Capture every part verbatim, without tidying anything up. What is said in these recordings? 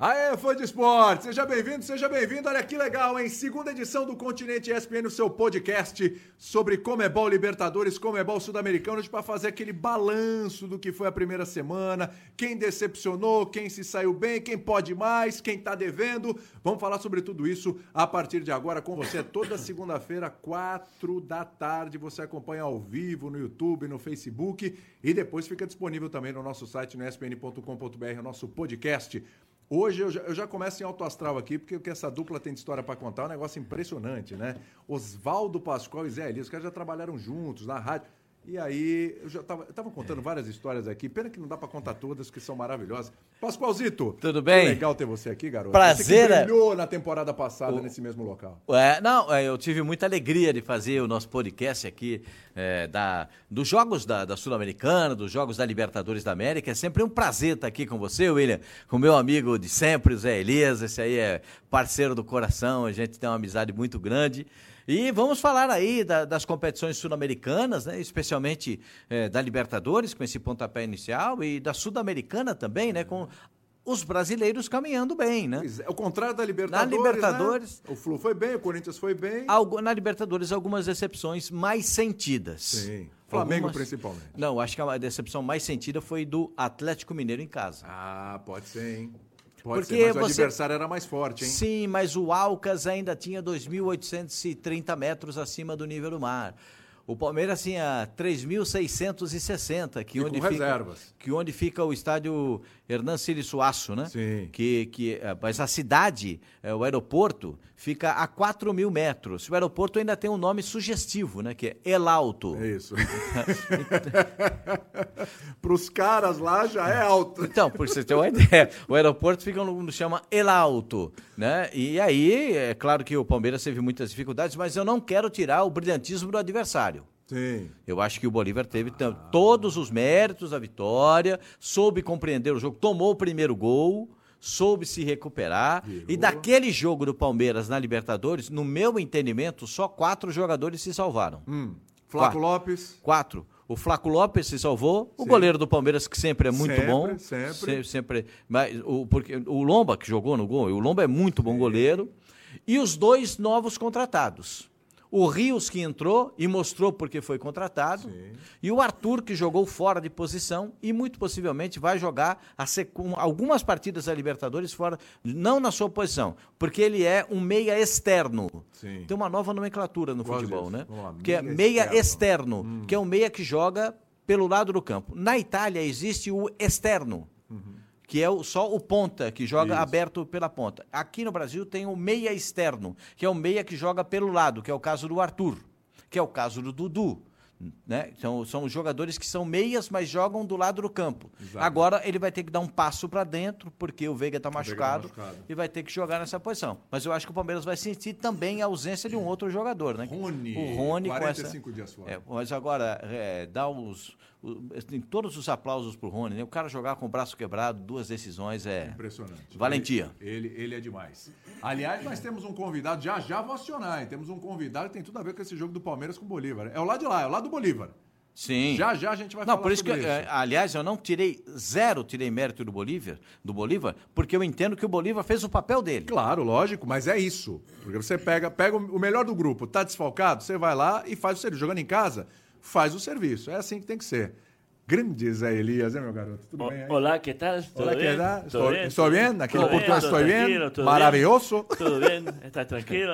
Aê, fã de esporte! Seja bem-vindo, seja bem-vindo. Olha que legal, hein? Segunda edição do Continente E S P N, o seu podcast sobre Comebol Libertadores, Comebol Sul-Americano, para fazer aquele balanço do que foi a primeira semana, quem decepcionou, quem se saiu bem, quem pode mais, quem tá devendo. Vamos falar sobre tudo isso a partir de agora com você toda segunda-feira, quatro da tarde. Você acompanha ao vivo no YouTube, no Facebook e depois fica disponível também no nosso site, no e s p n ponto com ponto b r, o nosso podcast. Hoje eu já, eu já começo em alto astral aqui, porque o que essa dupla tem de história para contar é um negócio impressionante, né? Oswaldo Pascoal e Zé Elias, os caras já trabalharam juntos na rádio. E aí, eu já tava, eu tava contando é. várias histórias aqui, pena que não dá para contar todas, que são maravilhosas. Pascoalzito, tudo bem? Legal ter você aqui, garoto. Prazer. Você que brilhou na temporada passada o... nesse mesmo local. É, não, eu tive muita alegria de fazer o nosso podcast aqui, é, da, dos jogos da, da Sul-Americana, dos jogos da Libertadores da América. É sempre um prazer estar aqui com você, William, com o meu amigo de sempre, o Zé Elias. Esse aí é parceiro do coração, a gente tem uma amizade muito grande. E vamos falar aí da, das competições sul-americanas, né? Especialmente é, da Libertadores, com esse pontapé inicial, e da Sul-Americana também, né? Com os brasileiros caminhando bem, né? É o contrário da Libertadores, Na Libertadores, né? O Flu foi bem, o Corinthians foi bem. Algo, na Libertadores, algumas decepções mais sentidas. Sim. Flamengo, algumas... principalmente. Não, acho que a decepção mais sentida foi do Atlético Mineiro em casa. Ah, pode ser, hein? Pode Porque ser, mas o você... adversário era mais forte, hein? Sim, mas o Alcas ainda tinha dois mil oitocentos e trinta metros acima do nível do mar. O Palmeiras tinha três mil seiscentos e sessenta, que, e onde com fica, reservas. que onde fica o estádio Hernan Cílio Suaço, né? Sim. Que, que, mas a cidade, o aeroporto, fica a quatro mil metros. O aeroporto ainda tem um nome sugestivo, né? Que é El Alto. É isso. Para os caras lá já é alto. Então, por você ter uma ideia, o aeroporto fica no chama El Alto, né? E aí, é claro que o Palmeiras teve muitas dificuldades, mas eu não quero tirar o brilhantismo do adversário. Sim. Eu acho que o Bolívar teve ah. todos os méritos da vitória, soube compreender o jogo, tomou o primeiro gol, soube se recuperar. Virou. E daquele jogo do Palmeiras na Libertadores, no meu entendimento, só quatro jogadores se salvaram. Hum. Flaco quatro. Lopes. Quatro. O Flaco Lopes se salvou, Sim. o goleiro do Palmeiras, que sempre é muito sempre, bom. Sempre, sempre. sempre mas o, porque, o Lomba, que jogou no gol, o Lomba é muito bom Sim. goleiro. E os dois novos contratados. O Rios, que entrou e mostrou porque foi contratado, Sim. e o Arthur, que jogou fora de posição e muito possivelmente vai jogar a sequ... algumas partidas da Libertadores fora, não na sua posição, porque ele é um meia externo. Sim. Tem uma nova nomenclatura no Gosto futebol, disso. né? Lá, que é meia meia externo, externo hum. que é um meia que joga pelo lado do campo. Na Itália existe o externo. Uhum. Que é o, só o ponta, que joga Isso. aberto pela ponta. Aqui no Brasil tem o meia externo, que é o meia que joga pelo lado, que é o caso do Arthur, que é o caso do Dudu. Né? Então, são jogadores que são meias, mas jogam do lado do campo. Exato. Agora ele vai ter que dar um passo para dentro, porque o Veiga está machucado, tá machucado e vai ter que jogar nessa posição. Mas eu acho que o Palmeiras vai sentir também a ausência de um outro jogador. Né? Rony, o Rony quarenta e cinco com essa... dias fora. É, mas agora, é, dá os... Tem todos os aplausos pro Rony, né? O cara jogar com o braço quebrado, duas decisões é... Impressionante. Valentia. Ele, ele, ele é demais. Aliás, nós temos um convidado, já já vou acionar, hein? Temos um convidado que tem tudo a ver com esse jogo do Palmeiras com o Bolívar. É o lado de lá, é o lado do Bolívar. Sim. Já já a gente vai não, falar por isso sobre que, isso. Aliás, eu não tirei, zero tirei mérito do Bolívar, do Bolívar, porque eu entendo que o Bolívar fez o papel dele. Claro, lógico, mas é isso. Porque você pega, pega o melhor do grupo, tá desfalcado, você vai lá e faz o serviço. Jogando em casa, faz o serviço. É assim que tem que ser. Grande Zé Elias, hein, meu garoto? Tudo o, bem? Hein? Olá, que tal? Olá, que tal? Estou, bem? estou bem? Naquele Tudo ponto bem, estou bem? Tudo Maravilhoso? Bem? Tudo bem? Está tranquilo?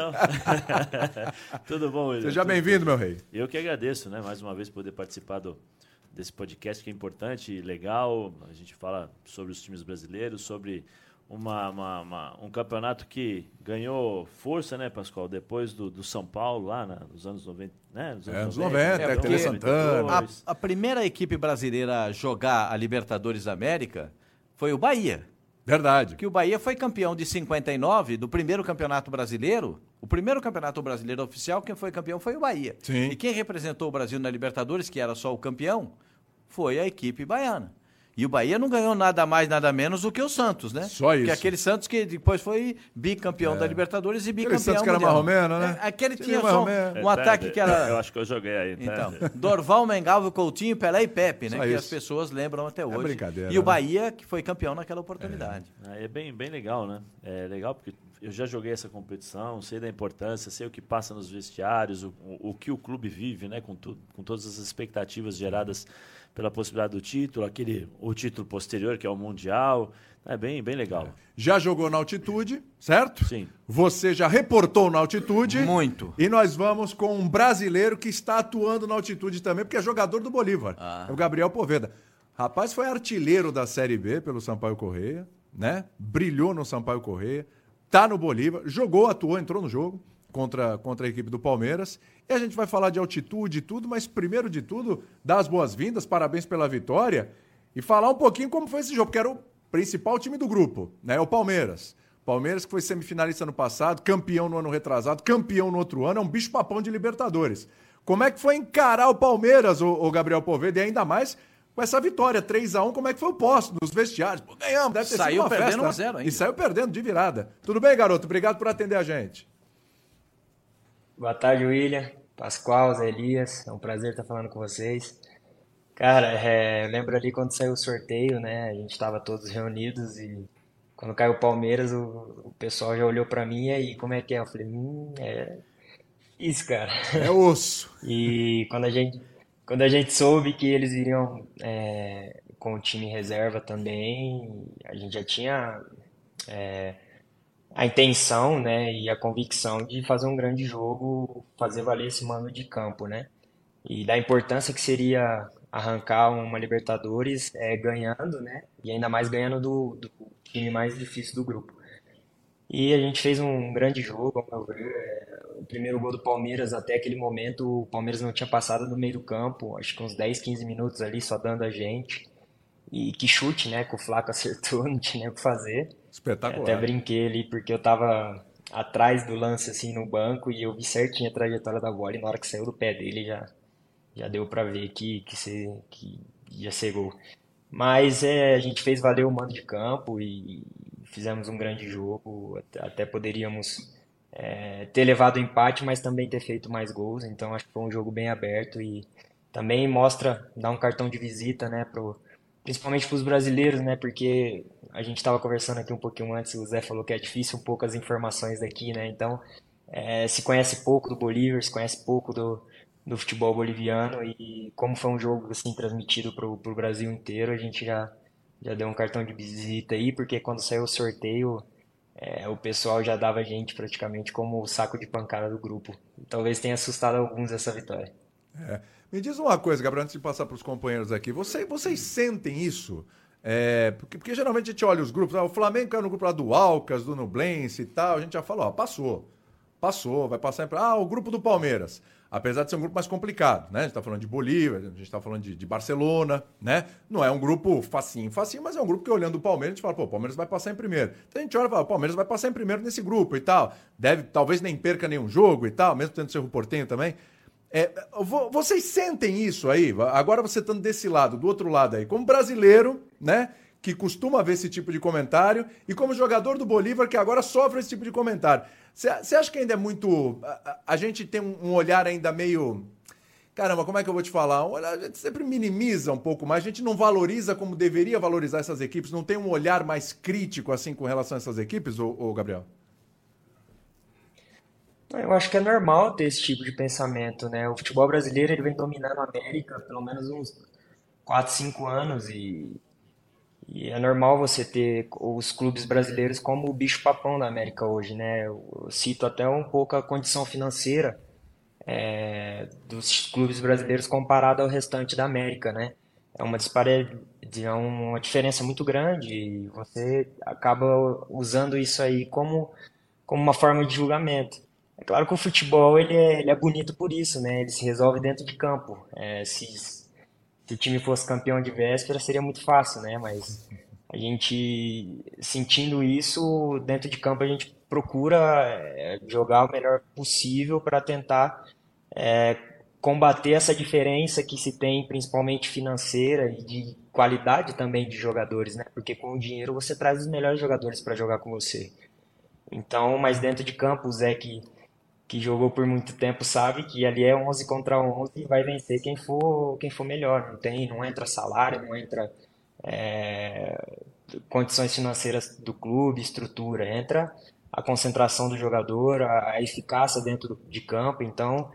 Tudo bom, William? Seja bem-vindo, meu rei. Eu que agradeço, né? Mais uma vez poder participar do, desse podcast que é importante e legal. A gente fala sobre os times brasileiros, sobre uma, uma, uma, um campeonato que ganhou força, né, Pascoal? Depois do, do São Paulo, lá na, nos anos noventa. Né? Nos anos é, noventa, é, Tele Santana. A, a primeira equipe brasileira a jogar a Libertadores da América foi o Bahia. Verdade. Que o Bahia foi campeão de cinquenta e nove, do primeiro campeonato brasileiro. O primeiro campeonato brasileiro oficial, quem foi campeão foi o Bahia. Sim. E quem representou o Brasil na Libertadores, que era só o campeão, foi a equipe baiana. E o Bahia não ganhou nada mais, nada menos do que o Santos, né? Só isso. Que aquele Santos que depois foi bicampeão é. da Libertadores e bicampeão aquele Santos mundial. que era marromeno, né? É, aquele tinha só um, um ataque que era... Eu acho que eu joguei aí. Então, Dorval, Mengalvo, Coutinho, Pelé e Pepe, né? Só que isso. as pessoas lembram até hoje. É brincadeira. E o né? Bahia que foi campeão naquela oportunidade. É, é bem, bem legal, né? É legal porque eu já joguei essa competição, sei da importância, sei o que passa nos vestiários, o, o, o que o clube vive, né? Com, tu, com todas as expectativas geradas pela possibilidade do título, aquele, o título posterior, que é o Mundial. É bem, bem legal. Já jogou na altitude, certo? Sim. Você já reportou na altitude. Muito. E nós vamos com um brasileiro que está atuando na altitude também, porque é jogador do Bolívar. Ah. É o Gabriel Poveda. Rapaz, foi artilheiro da Série B pelo Sampaio Corrêa, né? Brilhou no Sampaio Corrêa, tá no Bolívar, jogou, atuou, entrou no jogo contra, contra a equipe do Palmeiras. E a gente vai falar de altitude e tudo, mas primeiro de tudo, dar as boas-vindas, parabéns pela vitória e falar um pouquinho como foi esse jogo, porque era o principal time do grupo, né? O Palmeiras. Palmeiras que foi semifinalista no passado, campeão no ano retrasado, campeão no outro ano, é um bicho-papão de Libertadores. Como é que foi encarar o Palmeiras, o, o Gabriel Poveda, e ainda mais com essa vitória, três a um, como é que foi o pós nos vestiários? Pô, ganhamos, deve ter Saiu sido uma perdendo festa. um a zero ainda. E saiu perdendo de virada. Tudo bem, garoto? Obrigado por atender a gente. Boa tarde, William, Pascoal, Zé Elias, é um prazer estar falando com vocês. Cara, é, eu lembro ali quando saiu o sorteio, né, a gente estava todos reunidos e quando caiu o Palmeiras, o, o pessoal já olhou pra mim e aí, como é que é? Eu falei, hum, é isso, cara. É osso. E quando a gente, quando a gente soube que eles iriam é, com o time reserva também, a gente já tinha... É, a intenção, né, e a convicção de fazer um grande jogo, fazer valer esse mando de campo, né? E da importância que seria arrancar uma Libertadores é, ganhando, né? E ainda mais ganhando do, do time mais difícil do grupo. E a gente fez um grande jogo, ao meu ver. É, o primeiro gol do Palmeiras, até aquele momento, o Palmeiras não tinha passado do meio do campo, acho que uns dez, quinze minutos ali só dando a gente. E que chute, né, que o Flaco acertou, não tinha nem o que fazer. Espetacular. Até brinquei ali, porque eu tava atrás do lance, assim, no banco, e eu vi certinho a trajetória da bola, e na hora que saiu do pé dele, já, já deu pra ver que, que, se, que ia ser gol. Mas é, a gente fez valer o mando de campo e fizemos um grande jogo, até, até poderíamos é, ter levado o empate, mas também ter feito mais gols, então acho que foi um jogo bem aberto e também mostra, dá um cartão de visita, né, pro, principalmente para os brasileiros, né, porque a gente estava conversando aqui um pouquinho antes, o Zé falou que é difícil um pouco as informações daqui, né, então é, se conhece pouco do Bolívar, se conhece pouco do, do futebol boliviano e como foi um jogo assim transmitido para o Brasil inteiro, a gente já, já deu um cartão de visita aí, porque quando saiu o sorteio, é, o pessoal já dava a gente praticamente como o saco de pancada do grupo. E talvez tenha assustado alguns essa vitória. É. Me diz uma coisa, Gabriel, antes de passar para os companheiros aqui. Vocês, vocês sentem isso? É, porque, porque geralmente a gente olha os grupos, ah, o Flamengo caiu no grupo lá do Alcas, do Nublense e tal, a gente já fala, ó, passou, passou, vai passar... Ah, o grupo do Palmeiras, apesar de ser um grupo mais complicado, né? A gente tá falando de Bolívar, a gente tá falando de, de Barcelona, né? Não é um grupo facinho, facinho, mas é um grupo que olhando o Palmeiras, a gente fala, pô, o Palmeiras vai passar em primeiro. Então a gente olha e fala, o Palmeiras vai passar em primeiro nesse grupo e tal. Deve, talvez nem perca nenhum jogo e tal, mesmo tendo seu Portenho também. É, vocês sentem isso aí? Agora você estando desse lado, do outro lado aí, como brasileiro, né, que costuma ver esse tipo de comentário, e como jogador do Bolívar, que agora sofre esse tipo de comentário. Você acha que ainda é muito... A, a gente tem um olhar ainda meio... Caramba, como é que eu vou te falar? Um olhar, a gente sempre minimiza um pouco mais, a gente não valoriza como deveria valorizar essas equipes, não tem um olhar mais crítico assim com relação a essas equipes, ô, ô Gabriel? Eu acho que é normal ter esse tipo de pensamento, né? O futebol brasileiro ele vem dominando a América há pelo menos uns quatro, cinco anos e, e é normal você ter os clubes brasileiros como o bicho-papão da América hoje, né? Eu cito até um pouco a condição financeira é, dos clubes brasileiros comparado ao restante da América, né? É uma disparidade, é uma diferença muito grande e você acaba usando isso aí como, como uma forma de julgamento. É claro que o futebol ele é, ele é bonito por isso, né? Ele se resolve dentro de campo. É, se, se o time fosse campeão de véspera seria muito fácil, né? Mas a gente, sentindo isso, dentro de campo a gente procura é, jogar o melhor possível para tentar é, combater essa diferença que se tem, principalmente financeira e de qualidade também de jogadores, né? Porque com o dinheiro você traz os melhores jogadores para jogar com você. Então, mas dentro de campo, o Zé que, que jogou por muito tempo sabe que ali é onze contra onze e vai vencer quem for, quem for melhor. Não tem, não entra salário, não entra é, condições financeiras do clube, estrutura, entra a concentração do jogador, a, a eficácia dentro de campo. Então,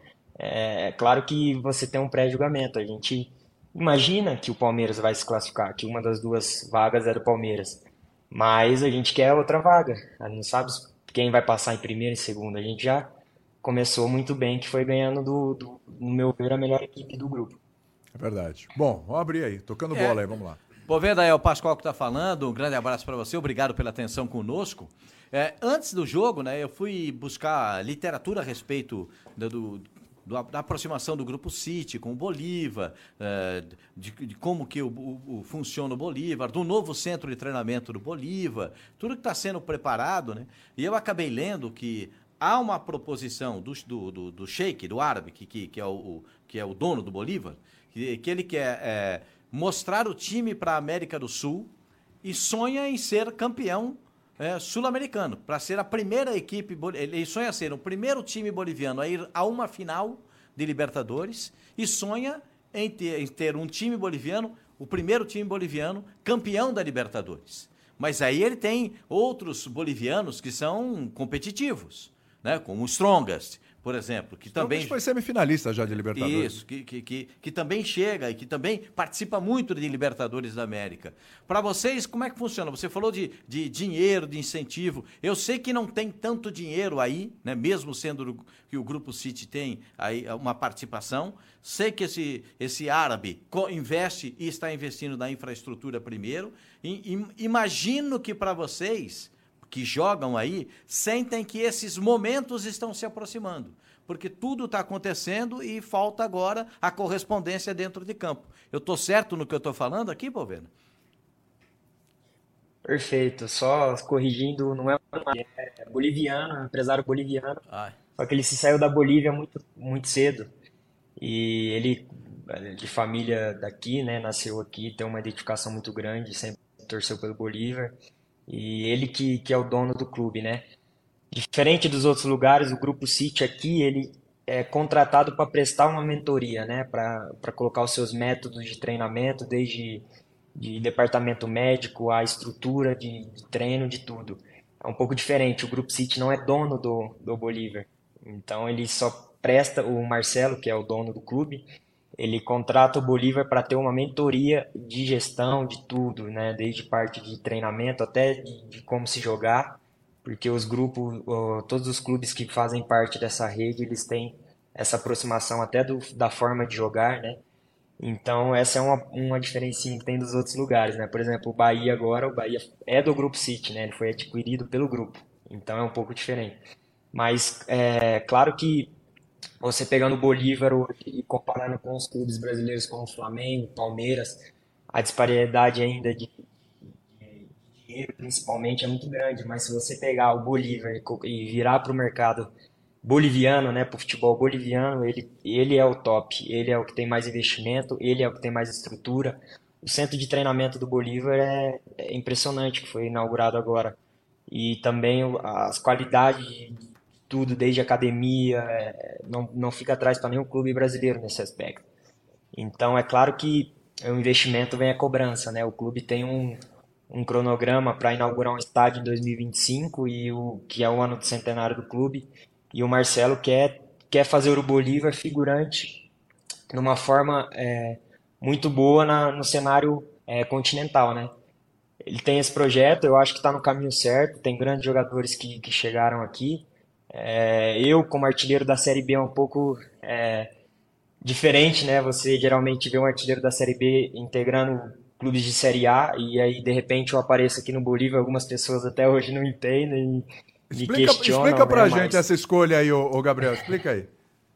é claro que você tem um pré-julgamento. A gente imagina que o Palmeiras vai se classificar, que uma das duas vagas é do Palmeiras. Mas a gente quer outra vaga. A gente não sabe quem vai passar em primeiro e segundo. A gente já começou muito bem, que foi ganhando, do, do, no meu ver, a melhor equipe do grupo. É verdade. Bom, vamos abrir aí. Tocando É. bola aí, vamos lá. Poveda, é o Pascoal que está falando. Um grande abraço para você. Obrigado pela atenção conosco. É, antes do jogo, né, eu fui buscar literatura a respeito do... do da aproximação do Grupo City com o Bolívar, de, de como que o, o, o funciona o Bolívar, do novo centro de treinamento do Bolívar, tudo que está sendo preparado, né? E eu acabei lendo que há uma proposição do, do, do, do Sheik, do árabe, que, que, que, é o, que é o dono do Bolívar, que, que ele quer é, mostrar o time para a América do Sul e sonha em ser campeão É, sul-americano, para ser a primeira equipe, ele sonha ser o primeiro time boliviano a ir a uma final de Libertadores e sonha em ter, em ter um time boliviano, o primeiro time boliviano campeão da Libertadores. Mas aí ele tem outros bolivianos que são competitivos, né? Como o Strongest, por exemplo, que Então, também foi semifinalista já de Libertadores. Isso, que, que, que, que também chega e que também participa muito de Libertadores da América. Para vocês, como é que funciona? Você falou de, de dinheiro, de incentivo. Eu sei que não tem tanto dinheiro aí, né? Mesmo sendo que o Grupo City tem aí uma participação. Sei que esse, esse árabe investe e está investindo na infraestrutura primeiro. E, e, imagino que para vocês que jogam aí, sentem que esses momentos estão se aproximando, porque tudo está acontecendo e falta agora a correspondência dentro de campo. Eu estou certo no que eu estou falando aqui, Poveda? Perfeito, só corrigindo, não é uma, é boliviano, é um empresário boliviano, Ai. só que ele se saiu da Bolívia muito, muito cedo, e ele, de família daqui, né, nasceu aqui, tem uma identificação muito grande, sempre torceu pelo Bolívar, e ele que, que é o dono do clube, né? Diferente dos outros lugares, o Grupo City aqui, ele é contratado para prestar uma mentoria, né? Para para colocar os seus métodos de treinamento, desde de departamento médico, a estrutura de, de treino, de tudo. É um pouco diferente, o Grupo City não é dono do, do Bolívar, então ele só presta, o Marcelo, que é o dono do clube, ele contrata o Bolívar para ter uma mentoria de gestão de tudo, né? Desde parte de treinamento até de, de como se jogar, porque os grupos, todos os clubes que fazem parte dessa rede, eles têm essa aproximação até do, da forma de jogar, né? Então essa é uma, uma diferencinha que tem dos outros lugares, né? Por exemplo, o Bahia agora, o Bahia é do Grupo City, né? Ele foi adquirido pelo grupo, então é um pouco diferente. Mas é claro que você pegando o Bolívar e comparando com os clubes brasileiros como o Flamengo, Palmeiras, a disparidade ainda de, de dinheiro, principalmente, é muito grande. Mas se você pegar o Bolívar e virar para o mercado boliviano, né, para o futebol boliviano, ele, ele é o top. Ele é o que tem mais investimento, ele é o que tem mais estrutura. O centro de treinamento do Bolívar é, é impressionante, que foi inaugurado agora. E também as qualidades de tudo, desde academia, é, não, não fica atrás para nenhum clube brasileiro nesse aspecto. Então, é claro que o investimento vem a cobrança, né? O clube tem um, um cronograma para inaugurar um estádio em dois mil e vinte e cinco, e o, que é o ano do centenário do clube, e o Marcelo quer, quer fazer o Bolívar figurante numa forma é, muito boa na, no cenário é, continental, né? Ele tem esse projeto, eu acho que está no caminho certo, tem grandes jogadores que, que chegaram aqui. É, eu, como artilheiro da Série B, é um pouco é, diferente, né? Você geralmente vê um artilheiro da Série B integrando clubes de Série A e aí, de repente, eu apareço aqui no Bolívia, algumas pessoas até hoje não entendem e me Explica, questionam. explica pra né? gente Mas... essa escolha aí, ô, ô Gabriel, explica aí.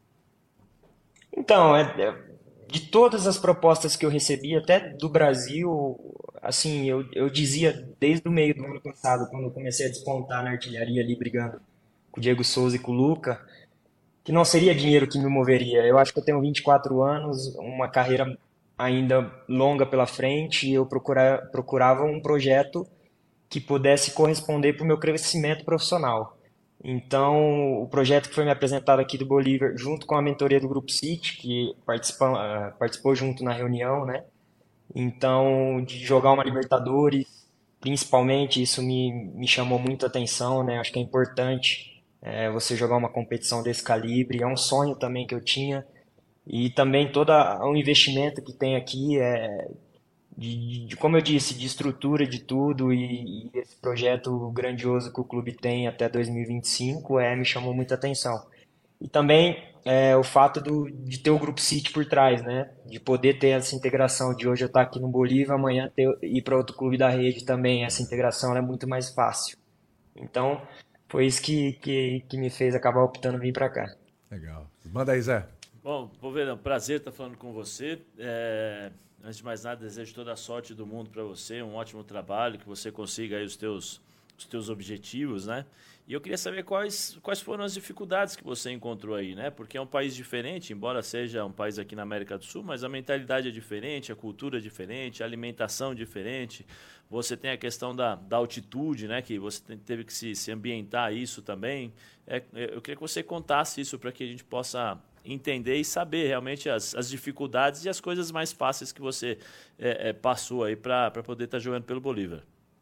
Então, é, é, de todas as propostas que eu recebi, até do Brasil, assim, eu, eu dizia desde o meio do ano passado, quando eu comecei a despontar na artilharia ali, brigando com o Diego Souza e com o Luca, que não seria dinheiro que me moveria. Eu acho que eu tenho vinte e quatro anos, uma carreira ainda longa pela frente, e eu procura, procurava um projeto que pudesse corresponder para o meu crescimento profissional. Então, o projeto que foi me apresentado aqui do Bolívar, junto com a mentoria do Grupo City, que participou, participou junto na reunião, né? Então, de jogar uma Libertadores, principalmente, isso me, me chamou muito a atenção, né? Acho que é importante é, você jogar uma competição desse calibre. É um sonho também que eu tinha. E também todo o investimento que tem aqui, é, de, de, como eu disse, de estrutura de tudo, e, e esse projeto grandioso que o clube tem até dois mil e vinte e cinco é, me chamou muita atenção. E também é, o fato do, de ter o Grupo City por trás, né? De poder ter essa integração, de hoje eu estar aqui no Bolívia, amanhã ter, ir para outro clube da rede também. Essa integração ela é muito mais fácil. Então, foi isso que, que, que me fez acabar optando vir para cá. Legal. Manda aí, Zé. Bom, Poveda, é um prazer estar falando com você. É, antes de mais nada, desejo toda a sorte do mundo para você, um ótimo trabalho, que você consiga aí os teus, os teus objetivos, né? E eu queria saber quais, quais foram as dificuldades que você encontrou aí, né? Porque é um país diferente, embora seja um país aqui na América do Sul, mas a mentalidade é diferente, a cultura é diferente, a alimentação é diferente. Você tem a questão da, da altitude, né? Que você tem, teve que se, se ambientar a isso também. É, eu queria que você contasse isso para que a gente possa entender e saber realmente as, as dificuldades e as coisas mais fáceis que você é, é, passou aí para poder estar jogando pelo Bolívar.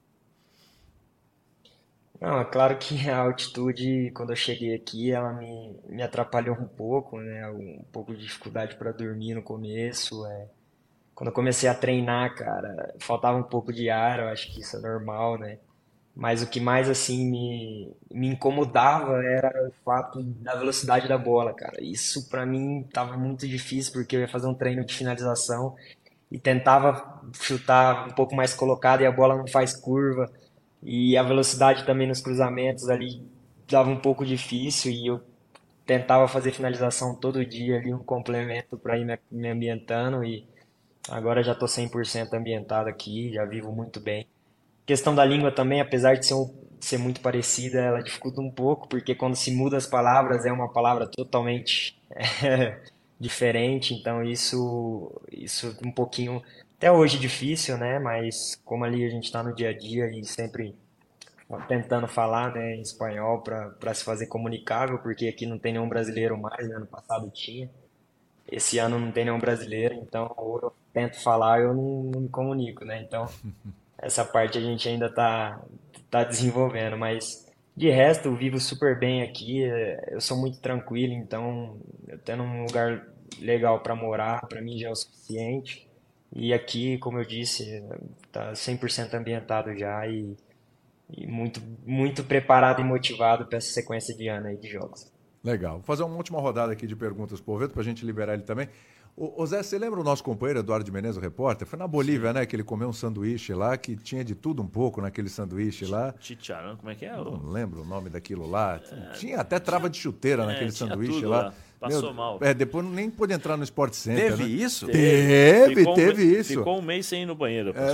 Não, é claro que a altitude, quando eu cheguei aqui, ela me, me atrapalhou um pouco, né? Um pouco de dificuldade para dormir no começo. É. Quando eu comecei a treinar, cara, faltava um pouco de ar, eu acho que isso é normal, né? Mas o que mais, assim, me, me incomodava era o fato da velocidade da bola, cara. Isso pra mim tava muito difícil, porque eu ia fazer um treino de finalização e tentava chutar um pouco mais colocado e a bola não faz curva. E a velocidade também nos cruzamentos ali dava um pouco difícil, e eu tentava fazer finalização todo dia ali, um complemento para ir me, me ambientando, e agora já estou cem por cento ambientado aqui, já vivo muito bem. Questão da língua também, apesar de ser, um, ser muito parecida, ela dificulta um pouco, porque quando se muda as palavras é uma palavra totalmente é, diferente, então isso, isso um pouquinho... Até hoje difícil, né? Mas como ali a gente está no dia a dia e sempre tentando falar, né, em espanhol para se fazer comunicável, porque aqui não tem nenhum brasileiro mais, né? No passado tinha. Esse ano não tem nenhum brasileiro, então ou eu tento falar ou eu não, não me comunico, né? Então essa parte a gente ainda está tá desenvolvendo, mas de resto eu vivo super bem aqui, eu sou muito tranquilo, então eu tendo um lugar legal para morar, para mim já é o suficiente. E aqui, como eu disse, está cem por cento ambientado já e, e muito, muito preparado e motivado para essa sequência de ano aí de jogos. Legal. Vou fazer uma última rodada aqui de perguntas por Veto, para a gente liberar ele também. Ô, ô Zé, você lembra o nosso companheiro Eduardo de Menezes, o repórter? Foi na Bolívia, Sim. né? Que ele comeu um sanduíche lá, que tinha de tudo um pouco naquele sanduíche lá. Chicharrão, como é que é? Não lembro o nome daquilo lá. É, tinha até trava de chuteira é, naquele sanduíche lá. lá. Passou Meu, mal. É, depois nem pôde entrar no Sport Center. Teve né? isso? Teve, ficou teve um, isso. Ficou um mês sem ir no banheiro. É.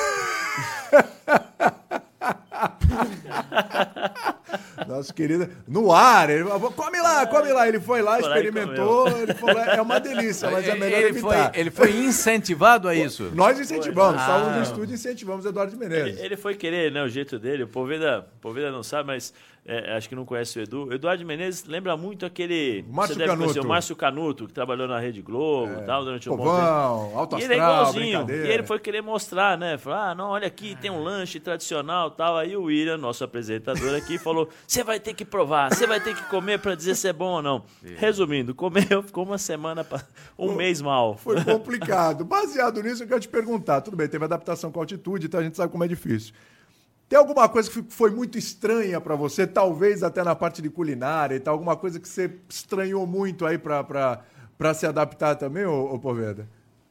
Nosso querido, no ar, ele falou, come lá, come lá. Ele foi lá, experimentou, ele falou, é uma delícia, mas é melhor ele evitar. Foi, ele foi incentivado a isso? Nós incentivamos, ah. estávamos no estúdio e incentivamos Eduardo de Menezes. Ele, ele foi querer, né, o jeito dele, o Poveda, o Poveda não sabe, mas é, acho que não conhece o Edu. O Eduardo de Menezes lembra muito aquele... Márcio você deve Canuto. Conhecer, o Márcio Canuto, que trabalhou na Rede Globo e é. tal, durante um Povão, bom tempo. Alto E ele é Astral, igualzinho. brincadeira. E ele foi querer mostrar, né? Falar, ah, não, olha aqui, tem um lanche tradicional e tal. Aí o William, nosso apresentador aqui, falou, você vai ter que provar, você vai ter que comer para dizer se é bom ou não. Resumindo, comeu, ficou uma semana, um foi, mês mal. Foi complicado. Baseado nisso, eu quero te perguntar. Tudo bem, teve adaptação com a altitude, então a gente sabe como é difícil. Tem alguma coisa que foi muito estranha para você, talvez até na parte de culinária e tal, alguma coisa que você estranhou muito aí para se adaptar também, ô, ô Poveda?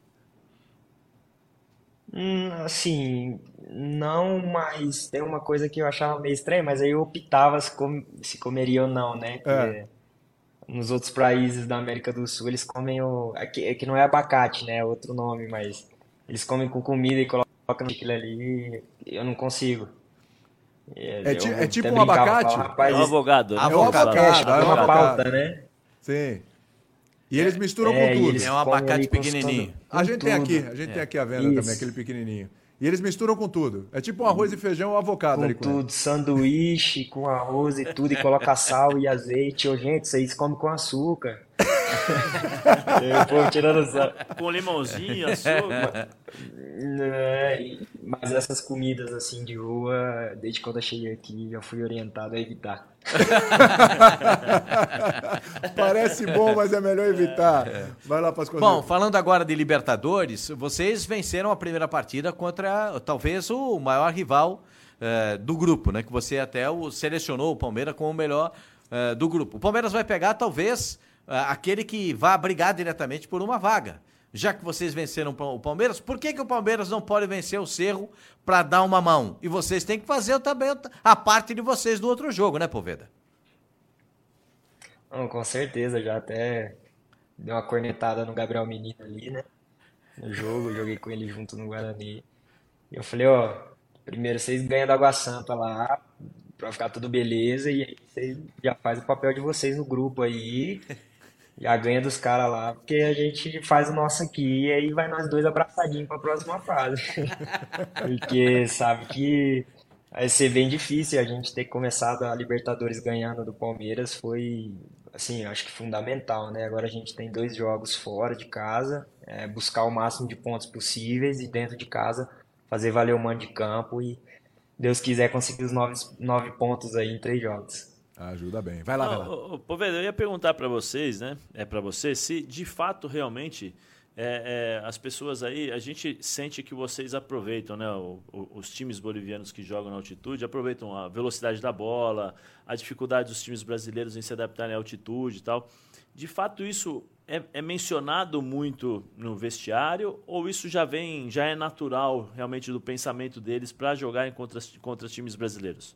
Hum, assim, não, mas tem uma coisa que eu achava meio estranha, mas aí eu optava se, com, se comeria ou não, né? Porque É. nos outros países da América do Sul eles comem o... Aqui, aqui não é abacate, né? É outro nome, mas eles comem com comida e colocam aquilo ali, eu não consigo. É, ti- Eu é tipo até um brincava, abacate? falava, rapaz, É um avogado. né? É um avocado, é, é um uma avocado. pauta, né? Sim. E eles misturam É, com e tudo. eles É um comem abacate ali com pequenininho. tudo- A gente tem tudo. aqui, a gente tem aqui a venda Isso. também, aquele pequenininho. E eles misturam com tudo. É tipo um arroz e feijão ou avocado Com ali com ele. tudo, sanduíche, com arroz e tudo, e coloca sal e azeite. Ô, gente, vocês comem com açúcar. E aí, o povo tirando sal. Com limãozinho, açúcar. É, e- mas essas comidas assim de rua, desde quando eu cheguei aqui, eu fui orientado a evitar. Parece bom, mas é melhor evitar. Vai lá, Pascoal. Bom, falando agora de Libertadores, vocês venceram a primeira partida contra talvez o maior rival eh, do grupo, né? Que você até o selecionou o Palmeiras como o melhor eh, do grupo. O Palmeiras vai pegar talvez eh, aquele que vá brigar diretamente por uma vaga. Já que vocês venceram o Palmeiras, por que, que o Palmeiras não pode vencer o Cerro para dar uma mão? E vocês têm que fazer também a parte de vocês do outro jogo, né, Poveda? Não, com certeza, já até dei uma cornetada no Gabriel Menino ali, né? No jogo, joguei com ele junto no Guarani. E eu falei, ó, primeiro vocês ganham da Água Santa lá, pra ficar tudo beleza, e aí vocês já faz o papel de vocês no grupo aí, já ganha dos caras lá, porque a gente faz o nosso aqui, e aí vai nós dois abraçadinhos pra próxima fase. Porque sabe que vai ser bem difícil, a gente ter começado a Libertadores ganhando do Palmeiras foi, assim, acho que fundamental, né? Agora a gente tem dois jogos fora de casa, é, buscar o máximo de pontos possíveis e dentro de casa fazer valer o mando de campo e Deus quiser conseguir os nove, nove pontos aí em três jogos. Ajuda bem. Vai lá, vai lá. Não, ô, Poveda, eu ia perguntar para vocês, né? É para vocês, se de fato realmente é, é, as pessoas aí, a gente sente que vocês aproveitam, né? O, o, os times bolivianos que jogam na altitude aproveitam a velocidade da bola, a dificuldade dos times brasileiros em se adaptarem à altitude e tal. De fato, isso é, é mencionado muito no vestiário ou isso já vem, já é natural realmente do pensamento deles para jogarem contra, contra times brasileiros?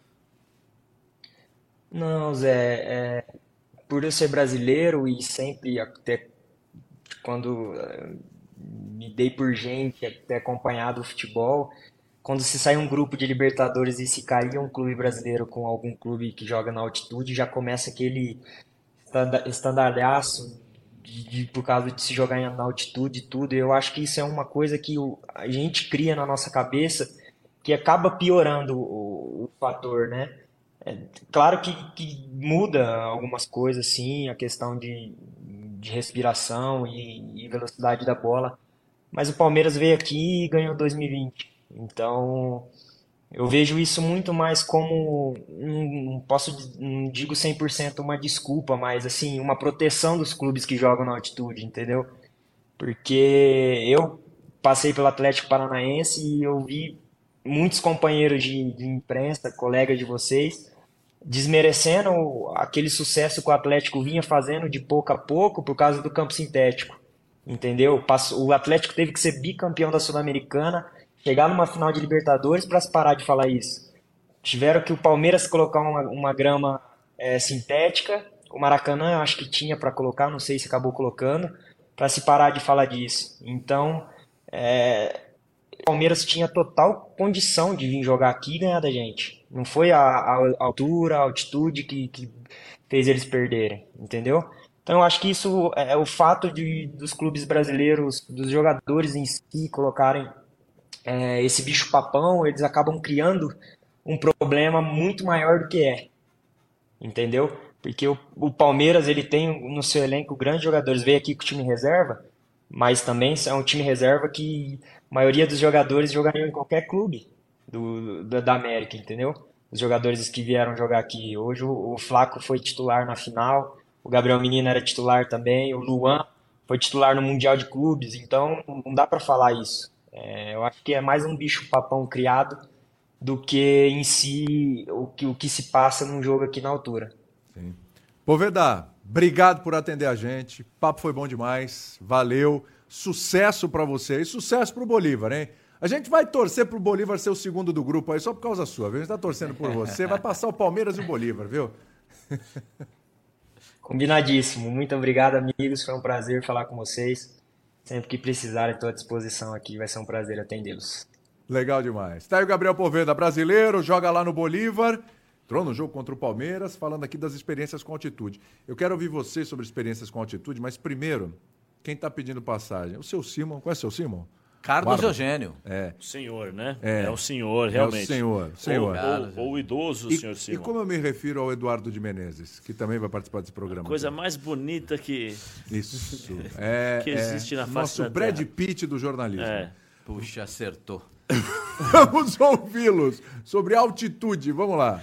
Não, Zé, é, por eu ser brasileiro e sempre até quando eh, me dei por gente, ter acompanhado o futebol, quando se sai um grupo de Libertadores e se cair um clube brasileiro com algum clube que joga na altitude, já começa aquele estanda- estandalhaço de, de- por causa de se jogar na altitude e tudo. Eu acho que isso é uma coisa que o- a gente cria na nossa cabeça que acaba piorando o, o fator, né? Claro que, que muda algumas coisas, sim, a questão de, de respiração e, e velocidade da bola, mas o Palmeiras veio aqui e ganhou dois mil e vinte. Então, eu vejo isso muito mais como, não não posso, não digo cem por cento uma desculpa, mas assim, uma proteção dos clubes que jogam na altitude, entendeu? Porque eu passei pelo Atlético Paranaense e eu vi muitos companheiros de, de imprensa, colegas de vocês, desmerecendo aquele sucesso que o Atlético vinha fazendo de pouco a pouco por causa do campo sintético, entendeu? Passou- O Atlético teve que ser bicampeão da Sul-Americana, chegar numa final de Libertadores para se parar de falar isso. Tiveram que o Palmeiras colocar uma, uma grama é, sintética, o Maracanã eu acho que tinha para colocar, não sei se acabou colocando, para se parar de falar disso. Então, é, o Palmeiras tinha total condição de vir jogar aqui e ganhar da gente. Não foi a, a altura, a altitude que, que fez eles perderem, entendeu? Então eu acho que isso é o fato de, dos clubes brasileiros, dos jogadores em si colocarem é, esse bicho papão, eles acabam criando um problema muito maior do que é, entendeu? Porque o, o Palmeiras ele tem no seu elenco grandes jogadores, veio aqui com o time reserva, mas também é um time reserva que a maioria dos jogadores jogariam em qualquer clube do, da, da América, entendeu? Os jogadores que vieram jogar aqui. Hoje o, o Flaco foi titular na final, o Gabriel Menino era titular também, o Luan foi titular no Mundial de Clubes, então não dá pra falar isso. É, eu acho que é mais um bicho papão criado do que em si o que, o que se passa num jogo aqui na altura. Sim. Poveda, obrigado por atender a gente. O papo foi bom demais. Valeu. Sucesso pra você e sucesso pro Bolívar, hein? A gente vai torcer pro Bolívar ser o segundo do grupo aí só por causa sua, viu? A gente tá torcendo por você. Vai passar o Palmeiras e o Bolívar, viu? Combinadíssimo. Muito obrigado, amigos. Foi um prazer falar com vocês. Sempre que precisarem, estou à disposição aqui. Vai ser um prazer atendê-los. Legal demais. Tá aí o Gabriel Poveda, brasileiro, joga lá no Bolívar Entrou no jogo contra o Palmeiras, falando aqui das experiências com altitude. Eu quero ouvir você sobre experiências com altitude, mas primeiro, quem está pedindo passagem? O seu Simon. Qual é o seu Simon? Carlos Bárbaro. Eugênio. É. O senhor, né? É. É o senhor, realmente. É o senhor. senhor. Ou, ou, ou o idoso, E, senhor e Simon. como eu me refiro ao Eduardo de Menezes, que também vai participar desse programa. Coisa também. mais bonita que... Isso. É, que existe é na face nosso da Brad Terra. Pitt do jornalismo. É. Puxa, acertou. Vamos ouvi-los sobre altitude. Vamos lá.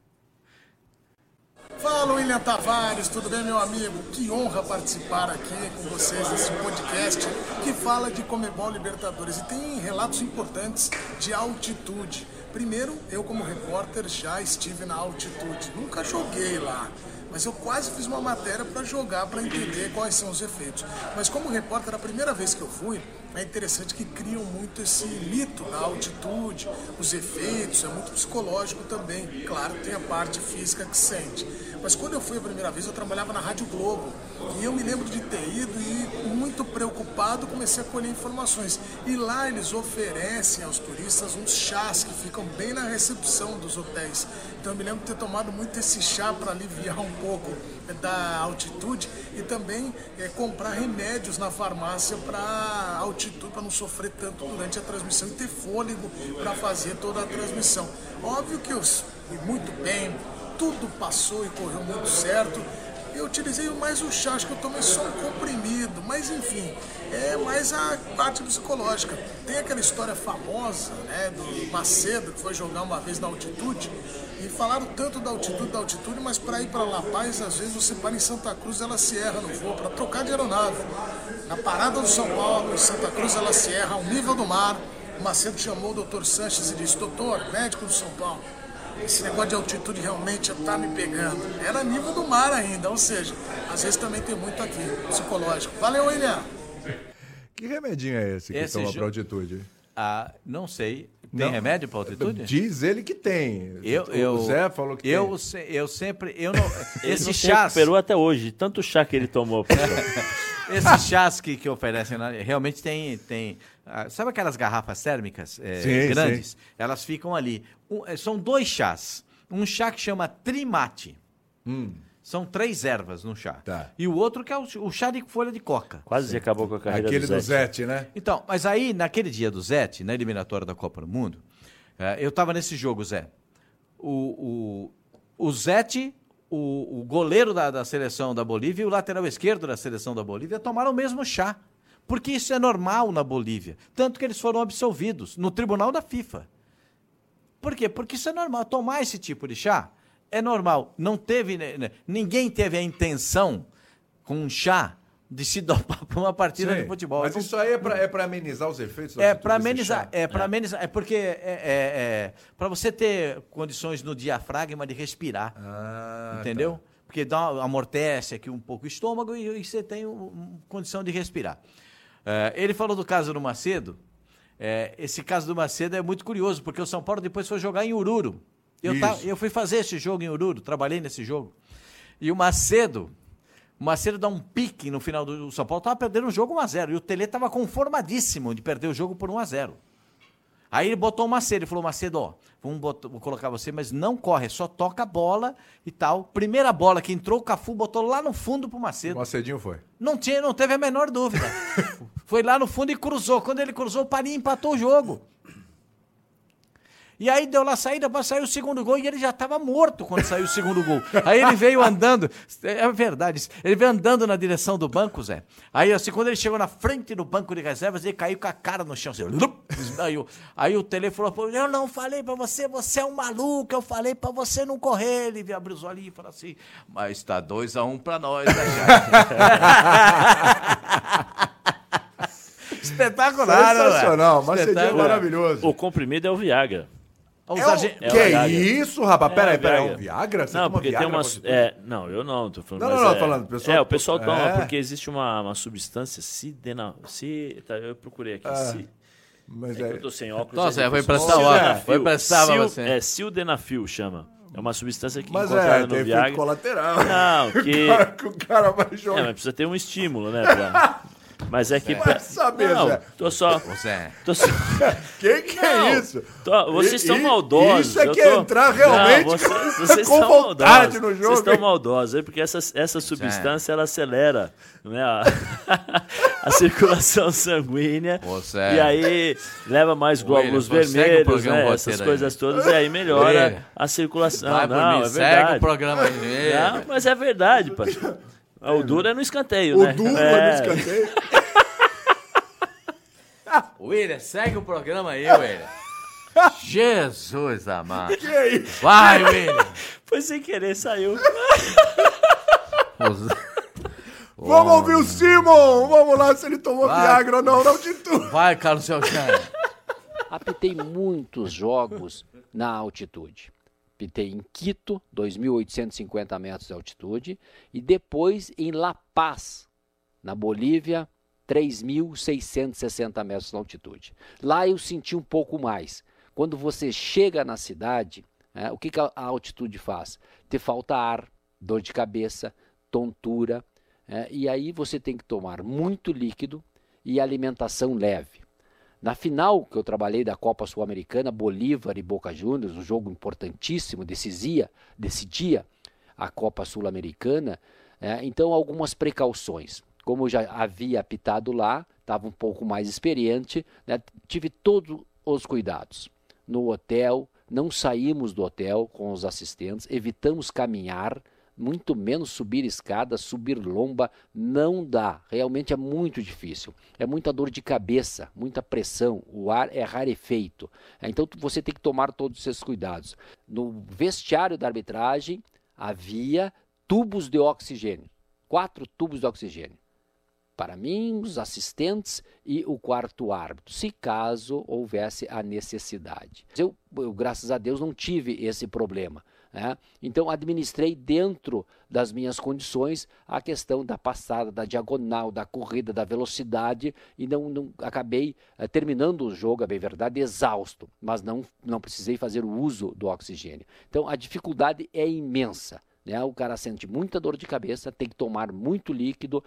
Fala, William Tavares, tudo bem, meu amigo? Que honra participar aqui com vocês desse podcast que fala de Conmebol Libertadores e tem relatos importantes de altitude. Primeiro, eu como repórter já estive na altitude, nunca joguei lá, mas eu quase fiz uma matéria para jogar, para entender quais são os efeitos. Mas como repórter, a primeira vez que eu fui, é interessante que criam muito esse mito da altitude, os efeitos, é muito psicológico também. Claro, tem a parte física que sente. Mas quando eu fui a primeira vez, eu trabalhava na Rádio Globo. E eu me lembro de ter ido e, muito preocupado, comecei a colher informações. E lá eles oferecem aos turistas uns chás que ficam bem na recepção dos hotéis. Então eu me lembro de ter tomado muito esse chá para aliviar um pouco da altitude e também é, comprar remédios na farmácia para altitude, para não sofrer tanto durante a transmissão e ter fôlego para fazer toda a transmissão. Óbvio que eu fui muito bem, tudo passou e correu muito certo. Eu utilizei mais o chá, acho que eu tomei só um comprimido, mas enfim, é mais a parte psicológica. Tem aquela história famosa, né, do Macedo, que foi jogar uma vez na altitude, e falaram tanto da altitude, da altitude, mas para ir para La Paz, às vezes você para em Santa Cruz, ela se erra no voo, para trocar de aeronave. Na parada do São Paulo, em Santa Cruz, ela se erra ao nível do mar. O Macedo chamou o doutor Sanches e disse: doutor, médico do São Paulo, esse negócio de altitude realmente está me pegando. Era nível do mar ainda, ou seja, às vezes também tem muito aqui, psicológico. Valeu, William! Que remedinho é esse que Esse toma jo- para altitude? Ah, não sei. Tem Não. remédio para altitude? Diz ele que tem. Eu, o eu, Zé falou que eu, tem. se- eu sempre, eu não, Ele esse não se chás, recuperou até hoje, tanto chá que ele tomou. pessoal. esses chás que, que oferecem lá, realmente tem, tem, ah, sabe aquelas garrafas térmicas eh, Sim, grandes? sim. Elas ficam ali. Um, eh, são dois chás. Um chá que chama Trimate. Hum. São três ervas no chá. Tá. E o outro que é o, o chá de folha de coca. Quase acabou com a carreira Aquele do do Zé. Zete, né? Então, mas aí, naquele dia do Zete, na eliminatória da Copa do Mundo, eh, eu estava nesse jogo, Zé. O, o, o Zete, o, o goleiro da, da seleção da Bolívia e o lateral esquerdo da seleção da Bolívia tomaram o mesmo chá. Porque isso é normal na Bolívia. Tanto que eles foram absolvidos no tribunal da FIFA. Por quê? Porque isso é normal. Tomar esse tipo de chá é normal. Não teve, né, né, ninguém teve a intenção, com um chá, de se dopar para uma partida Sim, de futebol. Mas Não- isso aí é para é pra amenizar os efeitos da é altitude para desse amenizar, chá? é para amenizar, é porque é, é, é para você ter condições no diafragma de respirar, Ah, entendeu? tá. Porque dá uma- amortece aqui um pouco o estômago e, e você tem um, um, condição de respirar. É, ele falou do caso do Macedo. É, esse caso do Macedo é muito curioso, porque o São Paulo depois foi jogar em Oruro. Eu, Isso. ta- eu fui fazer esse jogo em Oruro, trabalhei nesse jogo. E o Macedo, o Macedo dá um pique no final do o São Paulo, estava perdendo o jogo um a zero. E o Tele estava conformadíssimo de perder o jogo por um a zero. Aí ele botou o Macedo, ele falou: Macedo, ó, vamos botar- vou colocar você, mas não corre, só toca a bola e tal. Primeira bola que entrou, o Cafu botou lá no fundo pro O Macedo. Macedinho foi. Não, tinha, não teve a menor dúvida. Foi lá no fundo e cruzou. Quando ele cruzou, o Palinha empatou o jogo. E aí deu lá a saída para sair o segundo gol e ele já estava morto quando saiu o segundo gol. Aí ele veio andando, é verdade, isso, ele veio andando na direção do banco, Zé. Aí assim, quando ele chegou na frente do banco de reservas, ele caiu com a cara no chão. Assim, aí, o- aí o Tele falou: "Pô, eu não falei para você, você é um maluco, eu falei para você não correr." Ele abriu os olhinhos e falou assim: "Mas tá dois a um para nós, né, já?" Espetacular, né, Sensacional, velho? Macedinho é Espetacular. maravilhoso. O comprimido é o Viagra. Os É o- argen- É o que Viagra. isso, rapaz? É, Peraí, o peraí, é Viagra. um Viagra? Você Não, toma porque Viagra tem umas. pra altitude? É, não, eu não, tô falando. Não, mas não, não, é, falando, o pessoal- É, o pessoal toma, É. porque existe uma, uma substância sidena. Si, tá, eu procurei aqui. Ah, Si, Mas é que é... eu tô sem óculos. Nossa, aí vai depois- prestar óculos. Sildenafil. Vai prestar pra Sil- você. É, sildenafil chama. É uma substância que Mas encontrada é, no tem efeito Viagra. colateral. Não, Que que... o cara- que o cara vai É, jogar. mas precisa ter um estímulo, né? Pra... Mas é que... Vai saber, não, Zé. tô só... Ô, Zé. Tô só... Que que Não, é isso? tô- vocês E- estão e- maldosos. Isso é eu que tô- é entrar realmente Não, vocês, vocês com estão vontade maldosos. no jogo. Vocês estão hein? maldosos, aí, porque essa, essa substância ela acelera, né, a, a circulação sanguínea. Ô, Zé. E aí leva mais glóbulos William, prossegue o vermelhos, programa né, roteiro essas aí. coisas todas, e aí melhora William, a circulação. Vai por Não, mim, é segue verdade. o programa aí. Não, mas é verdade, pastor. O duro é no escanteio, O né? duro é. no escanteio. William, segue o programa aí, William. Jesus amado. Que é isso? Vai, William. Foi sem querer, saiu. Ô, Zé. Vamos ouvir o Simon. Vamos lá se ele tomou Vai. Viagra ou não. Não de tudo. Vai, Carlos Celchan. Apitei muitos jogos na altitude. Apitei em Quito, dois mil oitocentos e cinquenta metros de altitude, e depois em La Paz, na Bolívia, três mil seiscentos e sessenta metros de altitude. Lá eu senti um pouco mais. Quando você chega na cidade, né, o que, que a a altitude faz? Te falta ar, dor de cabeça, tontura, é, e aí você tem que tomar muito líquido e alimentação leve. Na final que eu trabalhei da Copa Sul-Americana, Bolívar e Boca Juniors, um jogo importantíssimo, decidia, decidia a Copa Sul-Americana, é, então algumas precauções. Como eu já havia apitado lá, estava um pouco mais experiente, né, tive todos os cuidados. No hotel, não saímos do hotel com os assistentes, evitamos caminhar, muito menos subir escada, subir lomba, não dá. Realmente é muito difícil. É muita dor de cabeça, muita pressão, o ar é rarefeito. Então você tem que tomar todos esses cuidados. No vestiário da arbitragem havia tubos de oxigênio, quatro tubos de oxigênio. Para mim, os assistentes e o quarto árbitro, se caso houvesse a necessidade. Eu, eu graças a Deus, não tive esse problema. Né? Então, administrei dentro das minhas condições a questão da passada, da diagonal, da corrida, da velocidade, e não, não acabei eh, terminando o jogo, é bem verdade, exausto, mas não, não precisei fazer o uso do oxigênio. Então, a dificuldade é imensa. Né? O cara sente muita dor de cabeça, tem que tomar muito líquido,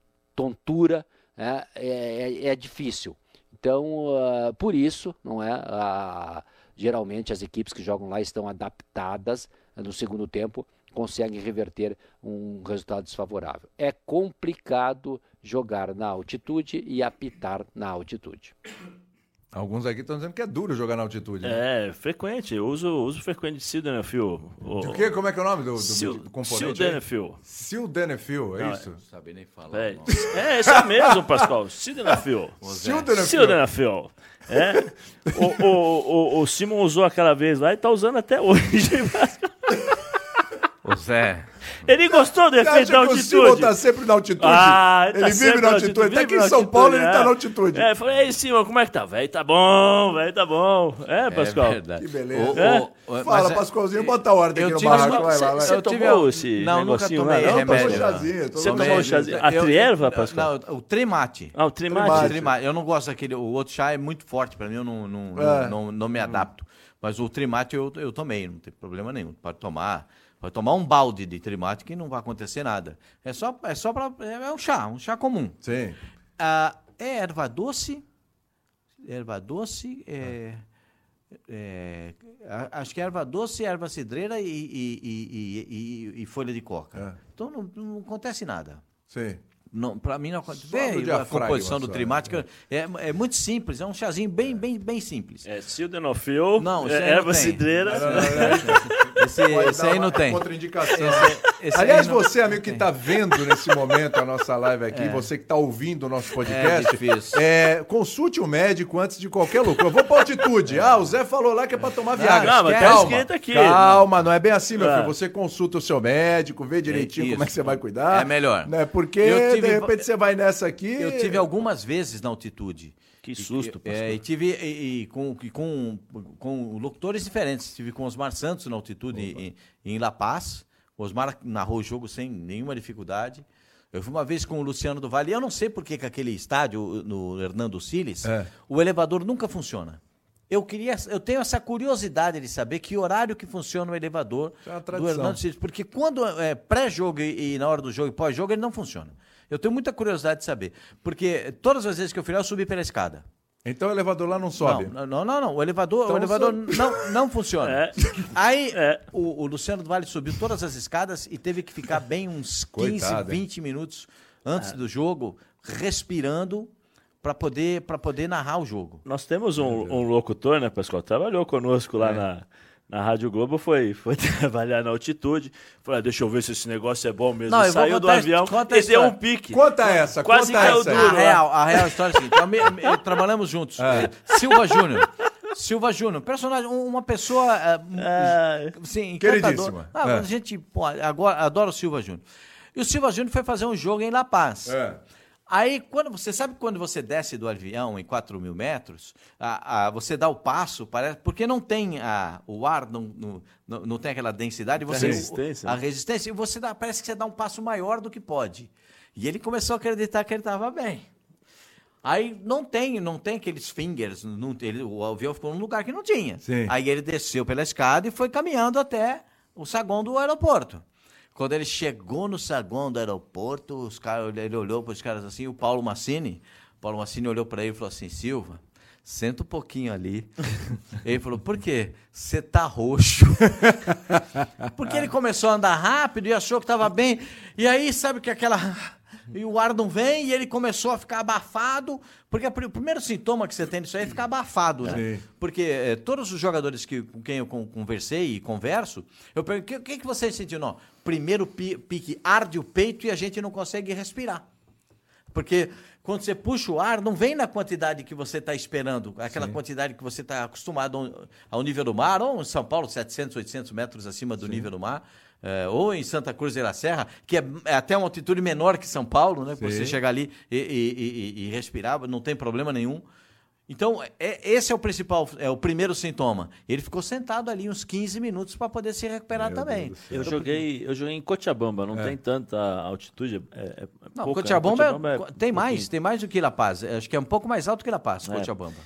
tontura, é, é, é difícil. Então, uh, por isso, não é, uh, geralmente as equipes que jogam lá estão adaptadas, uh, no segundo tempo, conseguem reverter um resultado desfavorável. É complicado jogar na altitude e apitar na altitude. Alguns aqui estão dizendo que é duro jogar na altitude. Né? É, frequente. Eu uso, uso frequente de Sildenafil. O quê? Como é que é o nome do, do, Sil, do componente? aí? Sildenafil. Sildenafil, é Não, isso? Não sabia nem falar. É, não. é esse é mesmo, Pascoal. Sildenafil. Sildenafil. Sildenafil. É. O, o, o, o Simon usou aquela vez lá e tá usando até hoje. Ô, Zé. Ele gostou do Você efeito da acha que o Simon altitude. tá sempre na altitude? Ah, ele tá vive sempre na altitude. Até vive aqui em na São Paulo ele altitude, tá na é. altitude. É, falei, ei, Simon, como é que tá? Velho, tá bom, velho, tá bom. É, Pascoal. É verdade. Que beleza. Ô, É? ô, ô, Fala, mas é- Pascoalzinho, bota a ordem eu aqui no tive barraco. uma- Vai lá, vai. Você Eu tive tomou al- esse Não, nunca negocinho tomei lá? Não, remédio. tomou chazinho, não. tomou Você tomou Tomei- chazinho. eu- A trierva, Pascoal? Não, o tremate. Ah, o trimate. Trimate. Trimate. Eu não gosto daquele. O outro chá é muito forte pra mim, eu não, não, É. não, não, não me adapto. Mas o trimate eu, eu tomei, não tem problema nenhum. Pode tomar. Pode tomar um balde de trimate que não vai acontecer nada. É só, é só para é um chá, um chá comum. Sim. Ah, é erva doce, erva doce, é, é, a- acho que é erva doce, erva cidreira e, e, e, e, e- e folha de coca. É. Então não, não acontece nada. Sim. Não, para mim não acontece. Só do Vê a diafragma composição do só, trimática é, é muito simples, é um chazinho bem, bem, bem simples. É Sildenafil, Não, é, isso aí não erva tem. cidreira. Esse, Pode esse dar aí uma não tem. contraindicação. Esse Aliás, aí não- você, amigo que está vendo nesse momento a nossa live aqui, você que está ouvindo o nosso podcast, É difícil. é, consulte o médico antes de qualquer loucura. Eu vou para altitude. Ah, o Zé falou lá que é para tomar Viagra. não, mas tá calma, escrito aqui. calma, não é bem assim, meu É. filho. Você consulta o seu médico, vê direitinho É isso. como é que você vai cuidar. É melhor. Né? Porque, Eu tive- de repente, você vai nessa aqui... Eu tive algumas vezes na altitude. Que susto, E, é, e tive e, e com, e com, com locutores diferentes. Tive com Osmar Santos na altitude em, em La Paz. O Osmar narrou o jogo sem nenhuma dificuldade. Eu fui uma vez com o Luciano do Vale. E eu não sei por que que aquele estádio, no Hernando Siles, É. o elevador nunca funciona. Eu queria, eu tenho essa curiosidade de saber que horário que funciona o elevador Isso é uma do tradição. Hernando Siles. Porque quando é pré-jogo e, e na hora do jogo e pós-jogo, ele não funciona. Eu tenho muita curiosidade de saber. Porque todas as vezes que eu fui lá, eu subi pela escada. Então o elevador lá não sobe? Não, não, não. não. O elevador, então o elevador não, não funciona. É. Aí É. O, o Luciano do Vale subiu todas as escadas e teve que ficar bem uns quinze, Coitado, hein? vinte minutos antes é. do jogo, respirando para poder, para poder narrar o jogo. Nós temos um, um locutor, né, Pascoal? Trabalhou conosco lá é. na, na Rádio Globo, foi, foi trabalhar na altitude. Falou, ah, deixa eu ver se esse negócio é bom mesmo. Não, saiu do avião e deu um pique. Conta essa, Quase conta caiu essa. duro. A real, a real história é a seguinte, me, me, trabalhamos juntos. É. Silva Júnior. Silva Júnior, personagem, uma pessoa É. sim, Queridíssima. Ah, É. A gente pô, agora, adora o Silva Júnior. E o Silva Júnior foi fazer um jogo em La Paz. É. Aí, quando você sabe quando você desce do avião em quatro mil metros, a, a, você dá o passo, parece, porque não tem a, o ar, não, não, não, não tem aquela densidade. Você, a resistência. A resistência, e você dá, parece que você dá um passo maior do que pode. E ele começou a acreditar que ele estava bem. Aí não tem, não tem aqueles fingers, não, ele, o avião ficou num lugar que não tinha. Sim. Aí ele desceu pela escada e foi caminhando até o saguão do aeroporto. Quando ele chegou no saguão do aeroporto, os caras, ele olhou para os caras assim, o Paulo Massini, o Paulo Massini olhou para ele e falou assim, Silva, senta um pouquinho ali. Ele falou, por quê? Você tá roxo. Porque ele começou a andar rápido e achou que estava bem. E aí, sabe que aquela... E o ar não vem e ele começou a ficar abafado, porque o primeiro sintoma que você tem disso aí é ficar abafado, né? Sim. Porque é, todos os jogadores que, com quem eu conversei e converso, eu pergunto, o que, que você sentiu? Não, primeiro pique arde o peito e a gente não consegue respirar. Porque quando você puxa o ar, não vem na quantidade que você está esperando, aquela Sim. quantidade que você está acostumado ao, ao nível do mar, ou em São Paulo, setecentos, oitocentos metros acima do Sim. nível do mar, é, ou em Santa Cruz de la Serra, que é, é até uma altitude menor que São Paulo, né? Você chegar ali e, e, e, e respirar, não tem problema nenhum. Então, é, esse é o principal, é o primeiro sintoma. Ele ficou sentado ali uns quinze minutos para poder se recuperar Meu também. Eu joguei, eu joguei em Cochabamba, não é. tem tanta altitude. É, é não, pouca, Cochabamba, Cochabamba é, tem um mais, tem mais do que La Paz. Acho que é um pouco mais alto que La Paz, é. Cochabamba.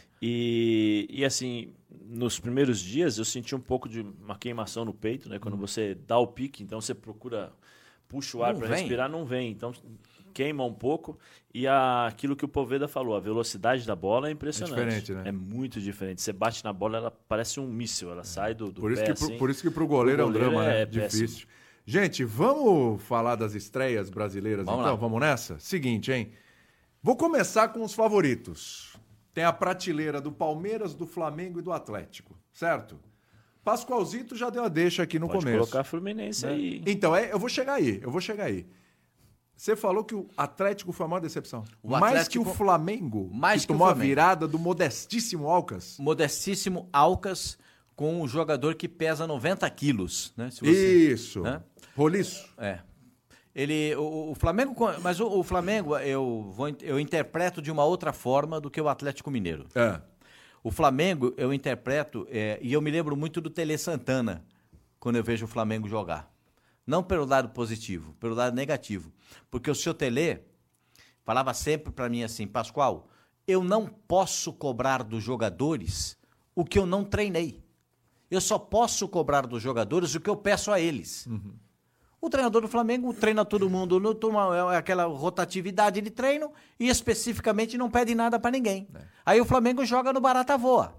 E, e assim, nos primeiros dias eu senti um pouco de uma queimação no peito, né? Quando hum. você dá o pique, então você procura, puxa o ar para respirar, não vem. Então queima um pouco. E a, aquilo que o Poveda falou, a velocidade da bola é impressionante. É diferente, né? É muito diferente. Você bate na bola, ela parece um míssil, ela sai do, do por isso pé que, assim. Por isso que pro goleiro, goleiro é um drama, é né? Difícil. Gente, vamos falar das estreias brasileiras vamos então? Lá. Vamos nessa? Seguinte, hein? Vou começar com os favoritos. Tem a prateleira do Palmeiras, do Flamengo e do Atlético, certo? Pascoalzito já deu a deixa aqui no Pode começo. colocar Fluminense né? aí. Então, é, eu vou chegar aí, eu vou chegar aí. Você falou que o Atlético foi a maior decepção. O mais Atlético, que o Flamengo, mais que, que tomou o Flamengo. a virada do modestíssimo Alcas. Modestíssimo Alcas com um jogador que pesa noventa quilos. Né? Se você, Isso. Né? Roliço. É. Ele, o, o Flamengo, mas o, o Flamengo eu, vou, eu interpreto de uma outra forma do que o Atlético Mineiro. É. O Flamengo eu interpreto, é, e eu me lembro muito do Tele Santana, quando eu vejo o Flamengo jogar. Não pelo lado positivo, pelo lado negativo. Porque o seu Tele falava sempre para mim assim, Pascoal, eu não posso cobrar dos jogadores o que eu não treinei. Eu só posso cobrar dos jogadores o que eu peço a eles. Uhum. O treinador do Flamengo treina todo mundo, no, é aquela rotatividade de treino e especificamente não pede nada para ninguém. É. Aí o Flamengo joga no barata voa.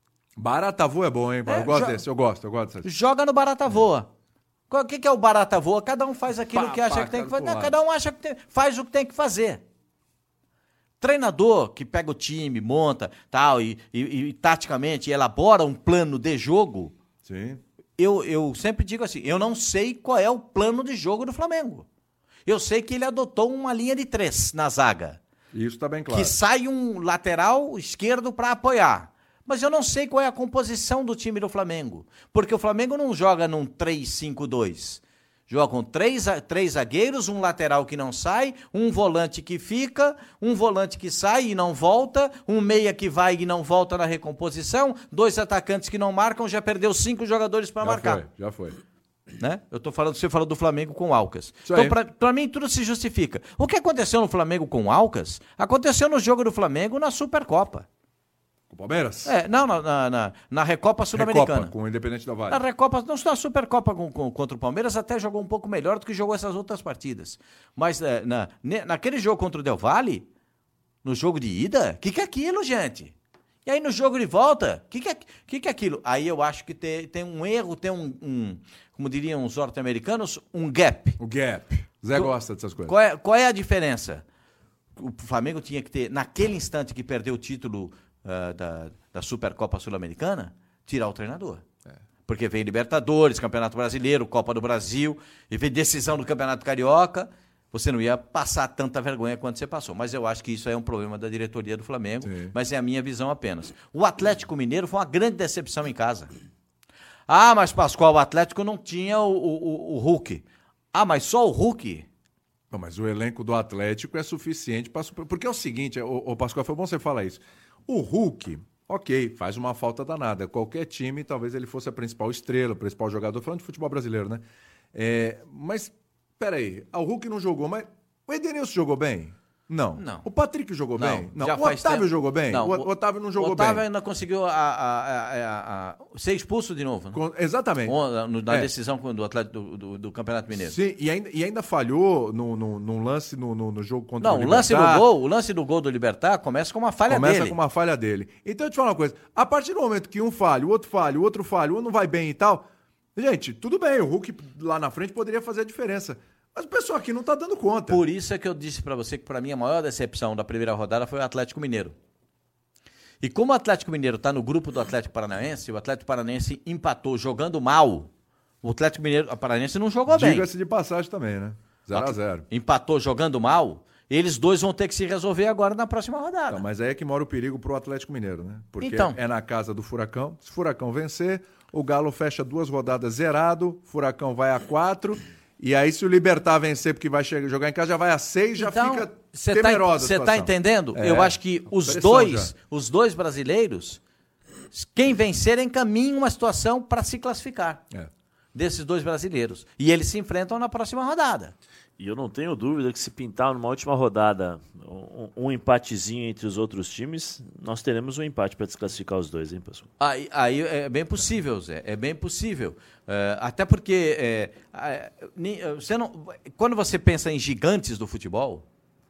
Barata voa é bom, hein? Eu É, gosto jo- desse, eu gosto, eu gosto desse. Joga no barata voa. O que, que é o barata voa? Cada um faz aquilo Pá, que acha pá, que tem que cara fazer. pro Não, lado. cada um acha que tem, faz o que tem que fazer. Treinador que pega o time, monta, tal, e, e, e taticamente elabora um plano de jogo, Sim. eu, eu sempre digo assim, eu não sei qual é o plano de jogo do Flamengo. Eu sei que ele adotou uma linha de três na zaga. Isso está bem claro. Que sai um lateral esquerdo para apoiar. Mas eu não sei qual é a composição do time do Flamengo. Porque o Flamengo não joga num três cinco dois. Joga com três, três zagueiros, um lateral que não sai, um volante que fica, um volante que sai e não volta, um meia que vai e não volta na recomposição, dois atacantes que não marcam, já perdeu cinco jogadores para Já marcar. foi, já foi. Né? Eu tô falando, você falou do Flamengo com o Alcas. Isso então, aí. pra, pra mim, tudo se justifica. O que aconteceu no Flamengo com o Alcas, aconteceu no jogo do Flamengo na Supercopa. Com o Palmeiras? É, não, na, na, na, na Recopa Sul-Americana. Recopa, com o Independente da Vale. Na Recopa, não na Supercopa com, com, contra o Palmeiras, até jogou um pouco melhor do que jogou essas outras partidas. Mas é, na, naquele jogo contra o Del Valle, no jogo de ida, o que, que é aquilo, gente? E aí no jogo de volta, o que, que, é, que, que é aquilo? Aí eu acho que tem, tem um erro, tem um, um, como diriam os norte-americanos, um gap. O gap. Zé tu, gosta dessas coisas. Qual é, qual é a diferença? O Flamengo tinha que ter, naquele instante que perdeu o título uh, da, da Supercopa Sul-Americana, tirar o treinador. É. Porque veio Libertadores, Campeonato Brasileiro, Copa do Brasil, e veio decisão do Campeonato Carioca, você não ia passar tanta vergonha quanto você passou. Mas eu acho que isso é um problema da diretoria do Flamengo, Sim. mas é a minha visão apenas. O Atlético Mineiro foi uma grande decepção em casa. Ah, mas Pascoal, o Atlético não tinha o, o, o Hulk. Ah, mas só o Hulk... Não, mas o elenco do Atlético é suficiente para... Porque é o seguinte, o, o Pascoal, foi bom você falar isso. O Hulk, ok, faz uma falta danada. Qualquer time, talvez ele fosse a principal estrela, o principal jogador, falando de futebol brasileiro, né? É, mas, peraí, o Hulk não jogou, mas o Edenilson jogou bem? Não. Não. O Patrick jogou não. bem? Não. Já O Otávio tempo... jogou bem? Não. O Otávio não jogou bem. O Otávio bem. ainda conseguiu a, a, a, a, a, ser expulso de novo. Né? Com... Exatamente. Na é. decisão do, Atlético, do, do, do Campeonato Mineiro. Sim, e ainda, e ainda falhou no, no, no lance no, no, no jogo contra não, o Libertad. Não, o lance do gol, o lance do gol do Libertad começa com uma falha começa dele. Começa com uma falha dele. Então eu te falo uma coisa, a partir do momento que um falha, o outro falha, o outro falha, um não vai bem e tal, gente, tudo bem, o Hulk lá na frente poderia fazer a diferença. Mas o pessoal aqui não está dando conta. Por isso é que eu disse para você que para mim a maior decepção da primeira rodada foi o Atlético Mineiro. E como o Atlético Mineiro está no grupo do Atlético Paranaense, o Atlético Paranaense empatou jogando mal. O Atlético Mineiro, a Paranaense não jogou Diga-se bem. Diga-se de passagem também, né? zero a zero. Empatou jogando mal. Eles dois vão ter que se resolver agora na próxima rodada. Não, mas aí é que mora o perigo pro Atlético Mineiro, né? Porque então, é na casa do Furacão. Se o Furacão vencer, o Galo fecha duas rodadas zerado, Furacão vai a quatro... E aí, se o Libertad vencer, porque vai chegar, jogar em casa, já vai a seis, já então, fica cê temerosa. Você está entendendo? É, Eu acho que os dois, já. os dois brasileiros, quem vencer encaminha uma situação para se classificar. É. Desses dois brasileiros. E eles se enfrentam na próxima rodada. E eu não tenho dúvida que se pintar numa última rodada um, um empatezinho entre os outros times, nós teremos um empate para desclassificar os dois, hein, pessoal? Aí, aí é bem possível, Zé, é bem possível. É, até porque é, é, você não, quando você pensa em gigantes do futebol,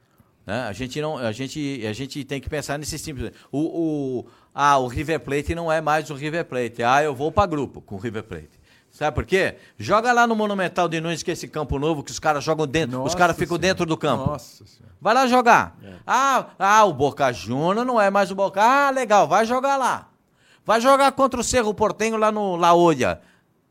né, a, gente não, a, gente, a gente tem que pensar nesses times. O, o, ah, o River Plate não é mais o River Plate. Ah, eu vou para grupo com o River Plate. Sabe por quê? Joga lá no Monumental de Nunes, que é esse campo novo, que os caras jogam dentro, Nossa os caras ficam senhora. dentro do campo. Nossa senhora. Vai lá jogar. É. Ah, ah, o Boca Juniors não é mais o Boca. Ah, legal, vai jogar lá. Vai jogar contra o Cerro Porteño lá no La Olha.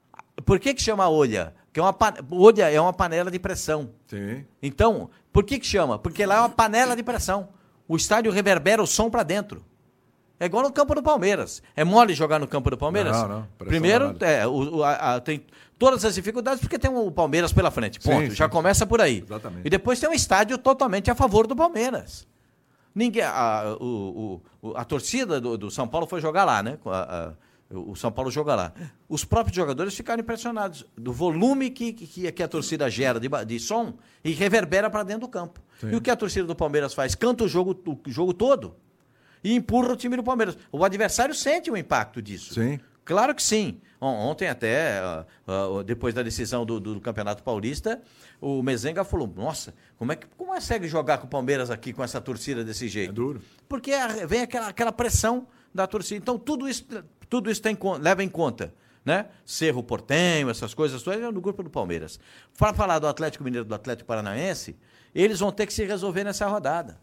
Por que que chama Olha? Porque é uma Olha é uma panela de pressão. Sim. Então, por que que chama? Porque lá é uma panela de pressão. O estádio reverbera o som para dentro. É igual no campo do Palmeiras. É mole jogar no campo do Palmeiras? Não, não. Primeiro, é, o, a, a, tem todas as dificuldades porque tem o Palmeiras pela frente. Ponto. Sim, Já sim, começa por aí. Exatamente. E depois tem um estádio totalmente a favor do Palmeiras. Ninguém, a, o, o, a torcida do, do São Paulo foi jogar lá, né? A, a, o São Paulo joga lá. Os próprios jogadores ficaram impressionados do volume que, que, que a torcida gera de, de som e reverbera para dentro do campo. Sim. E o que a torcida do Palmeiras faz? Canta o jogo, o jogo todo. E empurra o time do Palmeiras. O adversário sente o impacto disso. Sim. Claro que sim. Ontem até, uh, uh, depois da decisão do, do Campeonato Paulista, o Mezenga falou, nossa, como é que como consegue jogar com o Palmeiras aqui com essa torcida desse jeito? É duro. Porque vem aquela, aquela pressão da torcida. Então tudo isso, tudo isso tem, leva em conta. Né? Cerro Porteño, essas coisas, todas é no grupo do Palmeiras. Para falar do Atlético Mineiro e do Atlético Paranaense, eles vão ter que se resolver nessa rodada.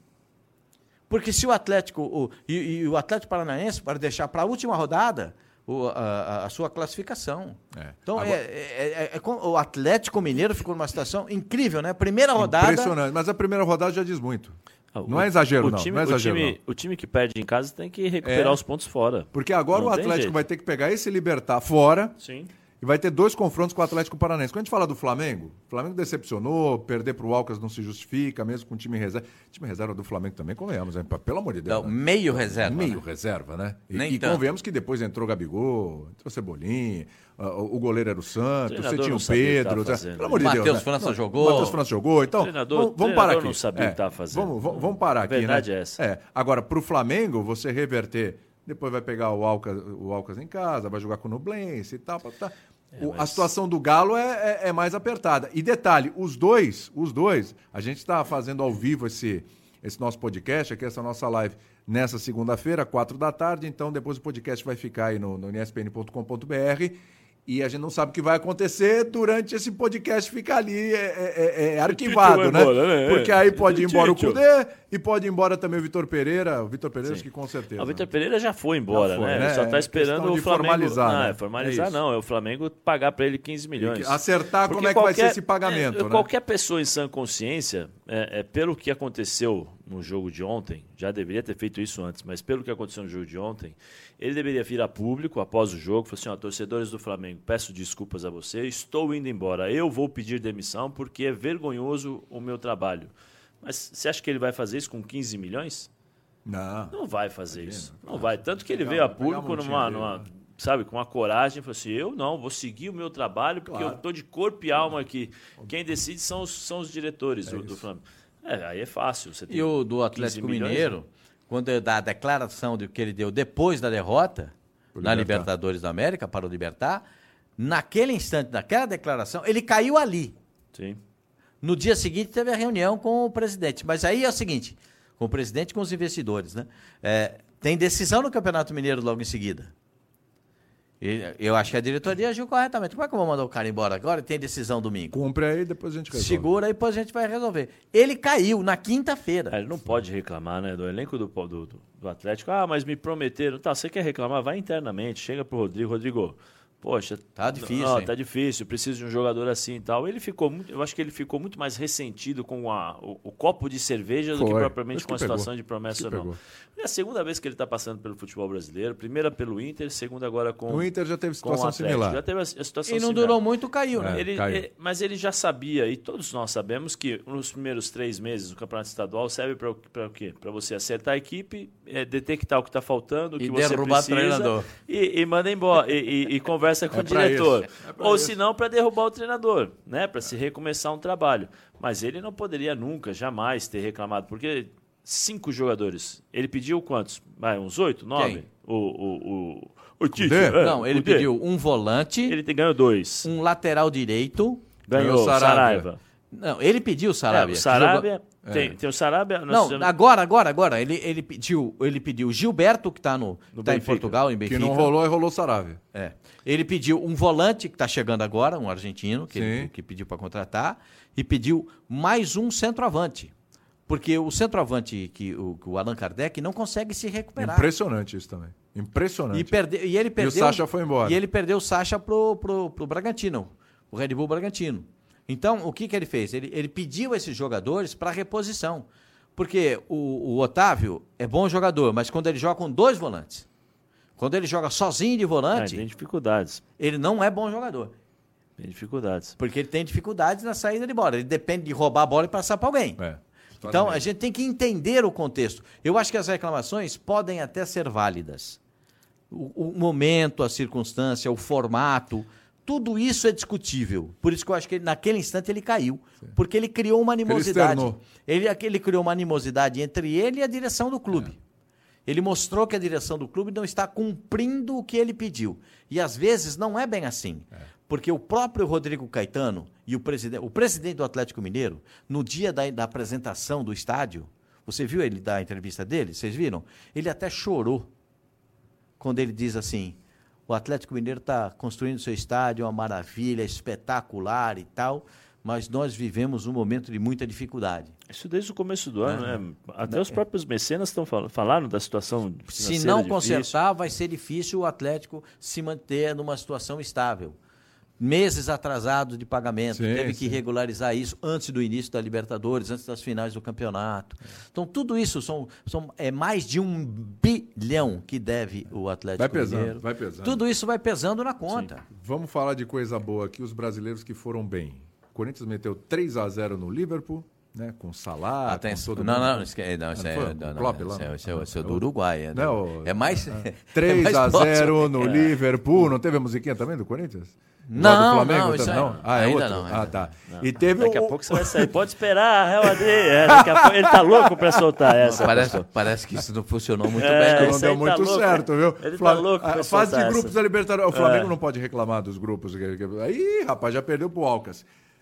Porque se o Atlético o, e, e o Atlético Paranaense para deixar para a última rodada o, a, a sua classificação. É. Então Agora, é, é, é, é, o Atlético Mineiro ficou numa situação incrível, né? Primeira rodada. Impressionante, mas a primeira rodada já diz muito. Ah, não o, é exagero, o não. Time, não é exagero, o, time, não. o time que perde em casa tem que recuperar é. os pontos fora. Porque agora não o Atlético jeito. vai ter que pegar esse Libertad fora. Sim. E vai ter dois confrontos com o Atlético Paranaense. Quando a gente fala do Flamengo, o Flamengo decepcionou, perder para o Alcas não se justifica, mesmo com o time reserva. O time reserva do Flamengo também, convenhamos, né? Pelo amor de Deus. Não, né? meio reserva. Meio né? reserva, né? E, Nem e convenhamos que depois entrou o Gabigol, entrou o Cebolinha, o, o goleiro era o Santos, você tinha o Pedro. Fazendo, pelo amor de Deus. Matheus né? França não, jogou. Matheus França jogou. Então, treinador, vamos, vamos parar aqui. não sabia é, o que estava fazendo. Vamos, vamos, vamos parar aqui. A verdade né? é essa. É. Agora, para o Flamengo, você reverter depois vai pegar o Alcas, o Alcas em casa, vai jogar com o Nublense e tal. tal. É, o, mas... A situação do Galo é, é, é mais apertada. E detalhe, os dois, os dois, a gente está fazendo ao vivo esse, esse nosso podcast, aqui essa nossa live, nessa segunda-feira, quatro da tarde, então depois o podcast vai ficar aí no, no e s p n ponto com ponto b r. E a gente não sabe o que vai acontecer durante esse podcast ficar ali é, é, é arquivado, né? Embora, né? Porque aí pode ir embora o Cudê e pode ir embora também o Vitor Pereira. O Vitor Pereira, acho que com certeza. O Vitor Pereira já foi embora, já foi, né? né? Ele só está esperando o Flamengo... formalizar, não, né? é formalizar é não. É o Flamengo pagar para ele quinze milhões. Acertar Porque como é que qualquer, vai ser esse pagamento, é, né? Qualquer pessoa em sã consciência, é, é, pelo que aconteceu no jogo de ontem, já deveria ter feito isso antes, mas pelo que aconteceu no jogo de ontem, ele deveria vir a público após o jogo, falar assim, ó, torcedores do Flamengo, peço desculpas a você, estou indo embora, eu vou pedir demissão porque é vergonhoso o meu trabalho. Mas você acha que ele vai fazer isso com quinze milhões? Não. Não vai fazer isso. Não vai. Tanto que ele veio a público numa, numa, sabe, com uma coragem, falou assim, eu não, vou seguir o meu trabalho porque claro. eu estou de corpo e alma aqui. Quem decide são os, são os diretores é do, do Flamengo. É, aí é fácil. Você tem e o do Atlético Mineiro, milhões, quando é da declaração de que ele deu depois da derrota na Libertadores da América, para o Libertar, naquele instante, naquela declaração, ele caiu ali. Sim. No dia seguinte teve a reunião com o presidente. Mas aí é o seguinte, com o presidente e com os investidores, né? É, tem decisão no Campeonato Mineiro logo em seguida. Eu acho que a diretoria agiu corretamente. Como é que eu vou mandar o cara embora agora? Tem decisão domingo. Cumpre aí, depois a gente resolve. Segura aí, depois a gente vai resolver. Ele caiu na quinta-feira. Ele não pode reclamar, né? Do elenco do, do, do Atlético. Ah, mas me prometeram. Tá, você quer reclamar? Vai internamente. Chega pro Rodrigo. Rodrigo, poxa, tá difícil. Não, tá difícil, preciso de um jogador assim e tal. Ele ficou muito, eu acho que ele ficou muito mais ressentido com a, o, o copo de cerveja Foi. do que propriamente Acho com a pegou. situação de promessa ou não. É a segunda vez que ele está passando pelo futebol brasileiro, primeira pelo Inter, segunda agora com o Inter já teve situação similar. Já teve a, a situação e não similar. durou muito, caiu, né? É, ele, caiu. ele, mas ele já sabia, e todos nós sabemos que nos primeiros três meses do Campeonato Estadual serve para o quê? Para você acertar a equipe, é, detectar o que está faltando, o que e você derrubar precisa, treinador. E, e manda embora, e, e, e conversa com é o diretor. É Ou se não, para derrubar o treinador, né? Para é. se recomeçar um trabalho. Mas ele não poderia nunca, jamais ter reclamado, porque cinco jogadores. Ele pediu quantos? Vai, uns oito, nove? Quem? O, o, o, o Tite. É, não, ele pediu um volante. Ele ganhou dois. Um lateral direito. Ganhou o Saraiva. Saraiva. Não, ele pediu o Sarabia. É, o Sarabia. Jogou... Tem, é. tem o Sarabia. Não, não, agora, agora, agora. Ele, ele pediu ele pediu Gilberto, que está no, no tá em Portugal, em Benfica. Que não rolou e rolou o Sarabia. É. Ele pediu um volante, que está chegando agora, um argentino, que, ele, que pediu para contratar. E pediu mais um centroavante. Porque o centroavante, que o, o Allan Kardec, não consegue se recuperar. Impressionante isso também. Impressionante. E, perde, e ele perdeu. E o Sacha foi embora. E ele perdeu o Sacha pro, pro, pro Bragantino, o Red Bull Bragantino. Então, o que, que ele fez? Ele, ele pediu esses jogadores para reposição. Porque o, o Otávio é bom jogador, mas quando ele joga com dois volantes, quando ele joga sozinho de volante, é, tem dificuldades. Ele não é bom jogador. Tem dificuldades. Porque ele tem dificuldades na saída de bola. Ele depende de roubar a bola e passar para alguém. É. Então, a gente tem que entender o contexto. Eu acho que as reclamações podem até ser válidas. O, o momento, a circunstância, o formato, tudo isso é discutível. Por isso que eu acho que ele, naquele instante ele caiu. Sim. Porque ele criou uma animosidade. Ele, ele, ele criou uma animosidade entre ele e a direção do clube. É. Ele mostrou que a direção do clube não está cumprindo o que ele pediu. E às vezes não é bem assim. É. Porque o próprio Rodrigo Caetano e o presidente, o presidente do Atlético Mineiro, no dia da, da apresentação do estádio, você viu ele dar a entrevista dele? Vocês viram? Ele até chorou quando ele diz assim, o Atlético Mineiro está construindo seu estádio, é uma maravilha, espetacular e tal, mas nós vivemos um momento de muita dificuldade. Isso desde o começo do ano, é. né? Até é. os próprios mecenas estão fal- falaram da situação financeira. Se não difícil. consertar, vai ser difícil o Atlético se manter numa situação estável. Meses atrasados de pagamento, sim, teve que sim. regularizar isso antes do início da Libertadores, antes das finais do campeonato. Então, tudo isso são, são, é mais de um bilhão que deve o Atlético vai pesando, Mineiro. Vai pesando. Tudo isso vai pesando na conta. Sim. Vamos falar de coisa boa aqui, os brasileiros que foram bem. O Corinthians meteu três a zero no Liverpool, né? Com Salah, ah, tem, com todo não, mundo. não, isso é, não, isso é, não, não, Klopp, esse lá. é, esse é, esse é do Uruguai. É, do, Não, é mais... três a zero é no é. Liverpool. Não teve a musiquinha também do Corinthians? Não, do Flamengo, não, isso também, não? Ah, é ainda outro? não. Ainda ah, tá. Não. E teve Daqui o... a pouco você vai sair. Pode esperar, Real Madrid. É, daqui a pouco ele tá louco pra soltar essa. Parece, parece que isso não funcionou muito É, bem. Não deu muito tá certo, viu? Ele Fla... tá louco pra a fase de soltar grupos essa. da Libertadores. O Flamengo É. não pode reclamar dos grupos. Aí, rapaz, já perdeu pro Alcas.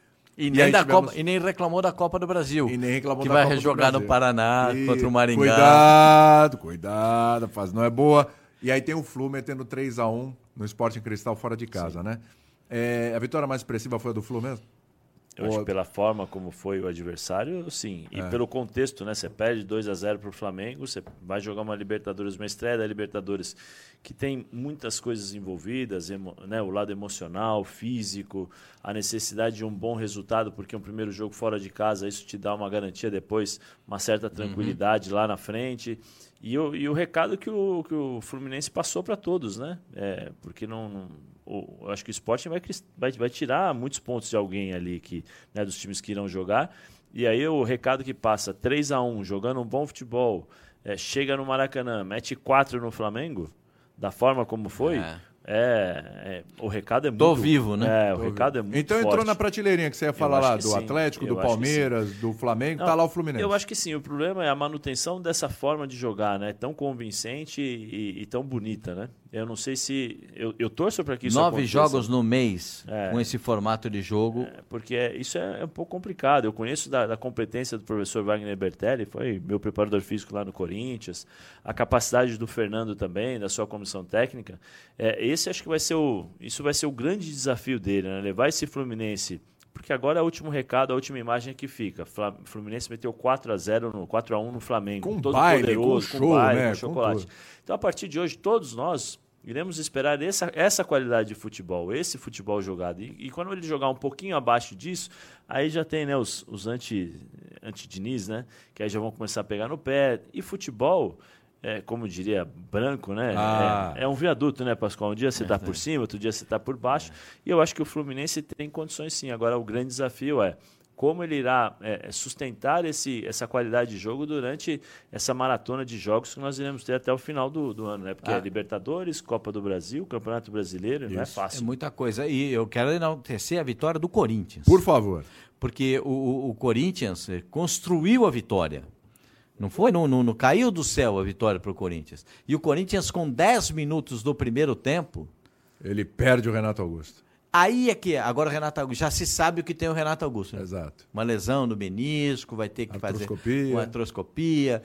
E E nem, aí da tivemos- Copa, e nem reclamou da Copa do Brasil. E nem reclamou que da vai Copa do jogar no Brasil. Paraná E- contra o Maringá. Cuidado, cuidado, a fase não é boa. E aí tem o Flu metendo três a um no Sporting Cristal fora de casa, né? É, a vitória mais expressiva foi a do Flu mesmo? Eu acho Ou- que pela forma como foi o adversário, sim. E É. pelo contexto, né? Você perde dois a zero para o Flamengo, você vai jogar uma Libertadores, uma estreia da Libertadores, que tem muitas coisas envolvidas, emo, né? O lado emocional, físico, a necessidade de um bom resultado, porque um primeiro jogo fora de casa, isso te dá uma garantia depois, uma certa tranquilidade lá na frente. E o, e o recado que o, que o Fluminense passou para todos, né? É, porque não, não o, eu acho que o Sporting vai, vai, vai tirar muitos pontos de alguém ali, que, né, dos times que irão jogar. E aí o recado que passa, três a um, jogando um bom futebol, é, chega no Maracanã, mete quatro no Flamengo, da forma como foi, É. é, é, o recado é muito... Tô vivo, né? É, o recado é muito Então forte. entrou na prateleirinha que você ia falar acho lá, que do sim, Atlético, do eu acho que Palmeiras, do Flamengo, Não, tá lá o Fluminense. Eu acho que sim, o problema é a manutenção dessa forma de jogar, né? Tão convincente e, e tão bonita, né? Eu não sei se... Eu, eu torço para que isso Nove aconteça. jogos no mês É. com esse formato de jogo. É, porque é- isso é, é um pouco complicado. Eu conheço da, da competência do professor Wagner Bertelli, foi meu preparador físico lá no Corinthians, a capacidade do Fernando também, da sua comissão técnica. É, esse acho que vai ser o, isso vai ser o grande desafio dele, né? Levar esse Fluminense, porque agora é o último recado, a última imagem que fica. Fla- Fluminense meteu quatro a zero, no, quatro a um no Flamengo, Com todo baile, poderoso, com com, show, baile, né? com Com chocolate. tudo. Então, a partir de hoje, todos nós iremos esperar essa, essa qualidade de futebol, esse futebol jogado. E, e quando ele jogar um pouquinho abaixo disso, aí já tem, né, os, os anti, anti-Diniz, né, que aí já vão começar a pegar no pé. E futebol, é, como diria Branco, né, Ah. é, é um viaduto, né, Pascoal? Um dia você está por cima, outro dia você está por baixo. E eu acho que o Fluminense tem condições sim. Agora, o grande desafio é como ele irá é, sustentar esse, essa qualidade de jogo durante essa maratona de jogos que nós iremos ter até o final do, do ano, né? Porque Ah. é Libertadores, Copa do Brasil, Campeonato Brasileiro, não é Isso. É fácil. muita coisa. E eu quero enaltecer a vitória do Corinthians. Por favor. Porque o, o- o Corinthians eh, construiu a vitória. Não foi? Não, não, não caiu do céu a vitória para o Corinthians. E o Corinthians, com dez minutos do primeiro tempo, Ele perde o Renato Augusto. aí é que é. Agora o Renato Augusto, já se sabe o que tem o Renato Augusto. Né? Exato. Uma lesão no menisco, vai ter que Artroscopia. fazer uma artroscopia.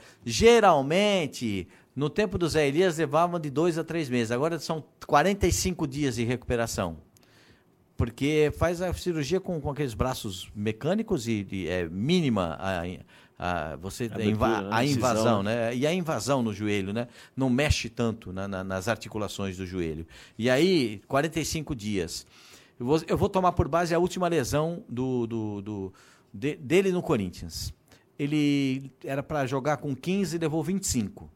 Geralmente, no tempo do Zé Elias, levavam de dois a três meses. Agora são quarenta e cinco dias de recuperação. Porque faz a cirurgia com, com aqueles braços mecânicos e, e é mínima a, a, você, a, Abertura, inva- né? a Incisão, invasão, né? né? E a invasão no joelho, né? Não mexe tanto na- na- nas articulações do joelho. E aí, quarenta e cinco dias. Eu vou, eu vou tomar por base a última lesão do, do, do- de- dele no Corinthians. Ele era para jogar com quinze e levou vinte e cinco.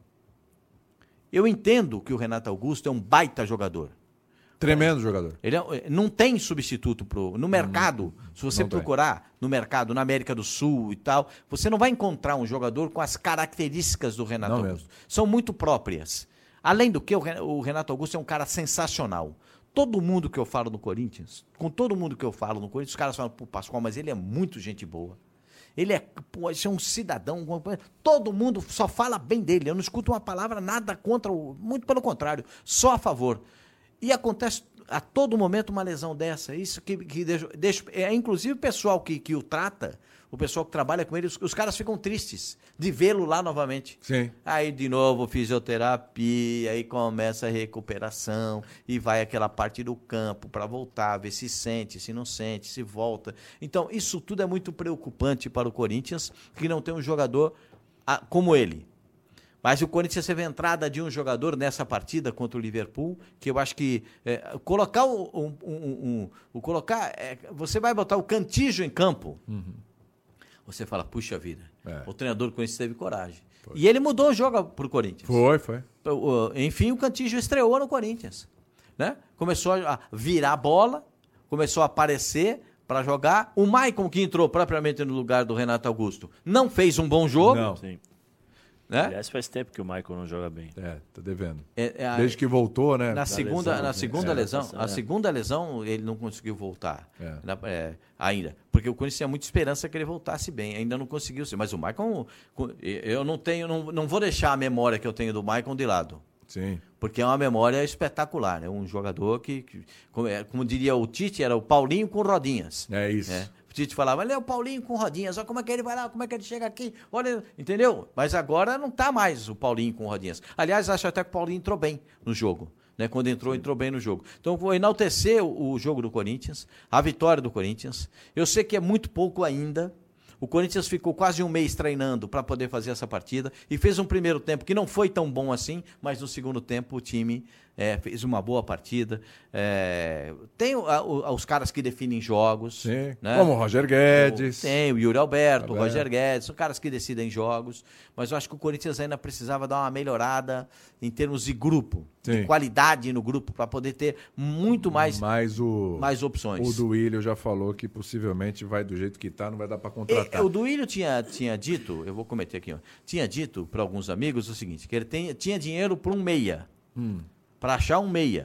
Eu entendo que o Renato Augusto é um baita jogador. Tremendo jogador. Ele é- não tem substituto pro, no mercado. Se você não tem. procurar no mercado, na América do Sul e tal, você não vai encontrar um jogador com as características do Renato Não Augusto. São muito próprias. Além do que, o Ren- o Renato Augusto é um cara sensacional. Todo mundo que eu falo no Corinthians, com todo mundo que eu falo no Corinthians, os caras falam, pô, Pascoal, mas ele é muito gente boa. Ele é, pô, esse é um cidadão. Todo mundo só fala bem dele. Eu não escuto uma palavra nada contra o. Muito pelo contrário, só a favor. E acontece a todo momento uma lesão dessa. Isso que, que deixa, deixa. É, inclusive o pessoal que, que o trata, o pessoal que trabalha com ele, os, os caras ficam tristes de vê-lo lá novamente. Sim. Aí, de novo, fisioterapia, aí começa a recuperação, e vai aquela parte do campo para voltar, ver se sente, se não sente, se volta. Então, isso tudo é muito preocupante para o Corinthians, que não tem um jogador ah, como ele. Mas o Corinthians teve a entrada de um jogador nessa partida contra o Liverpool, que eu acho que é, colocar o, um, um, um, o colocar, é, você vai botar o Cantillo em campo, Uhum. você fala, puxa vida, É. o treinador do Corinthians teve coragem. E ele mudou o jogo para o Corinthians. Foi, foi. O- o- Enfim, o Cantillo estreou no Corinthians. Né? Começou a virar a bola, começou a aparecer, para jogar. O Maicon, que entrou propriamente no lugar do Renato Augusto, não fez um bom jogo. Não. Sim. Né? Aliás, faz tempo que o Michael não joga bem. É, tá devendo. É, é, Desde que voltou, né? Na segunda, lesão, na né? segunda É, lesão, é. a segunda lesão ele não conseguiu voltar É. na- é, ainda, porque o Corinthians tinha muita esperança que ele voltasse bem, ainda não conseguiu ser. Mas o Maicon, eu não tenho, não, não vou deixar a memória que eu tenho do Maicon de lado, Sim. porque é uma memória espetacular, é um jogador que, que como, é, como diria o Tite, era o Paulinho com rodinhas. É isso. Né? O Tite falava, ele é o Paulinho com rodinhas, olha como é que ele vai lá, como é que ele chega aqui, olha, entendeu? Mas agora não tá mais o Paulinho com rodinhas. Aliás, acho até que o Paulinho entrou bem no jogo, né? Quando entrou, entrou bem no jogo. Então, vou enaltecer o, o jogo do Corinthians, a vitória do Corinthians. Eu sei que é muito pouco ainda. O Corinthians ficou quase um mês treinando para poder fazer essa partida e fez um primeiro tempo que não foi tão bom assim, mas no segundo tempo o time é, fez uma boa partida. É, tem o- a- o- os caras que definem jogos. Sim. Né? Como o Roger Guedes. Tem o Yuri Alberto, o Alberto. Roger Guedes, são caras que decidem jogos, mas eu acho que o Corinthians ainda precisava dar uma melhorada em termos de grupo, Sim. de qualidade no grupo, para poder ter muito mais, Mas o, mais opções. o Duílio já falou que possivelmente vai do jeito que tá, não vai dar para E, contratar. o Duílio tinha, tinha dito, eu vou cometer aqui, ó, tinha dito para alguns amigos o seguinte, que ele tem, tinha dinheiro para um meia, Hum. para achar um meia,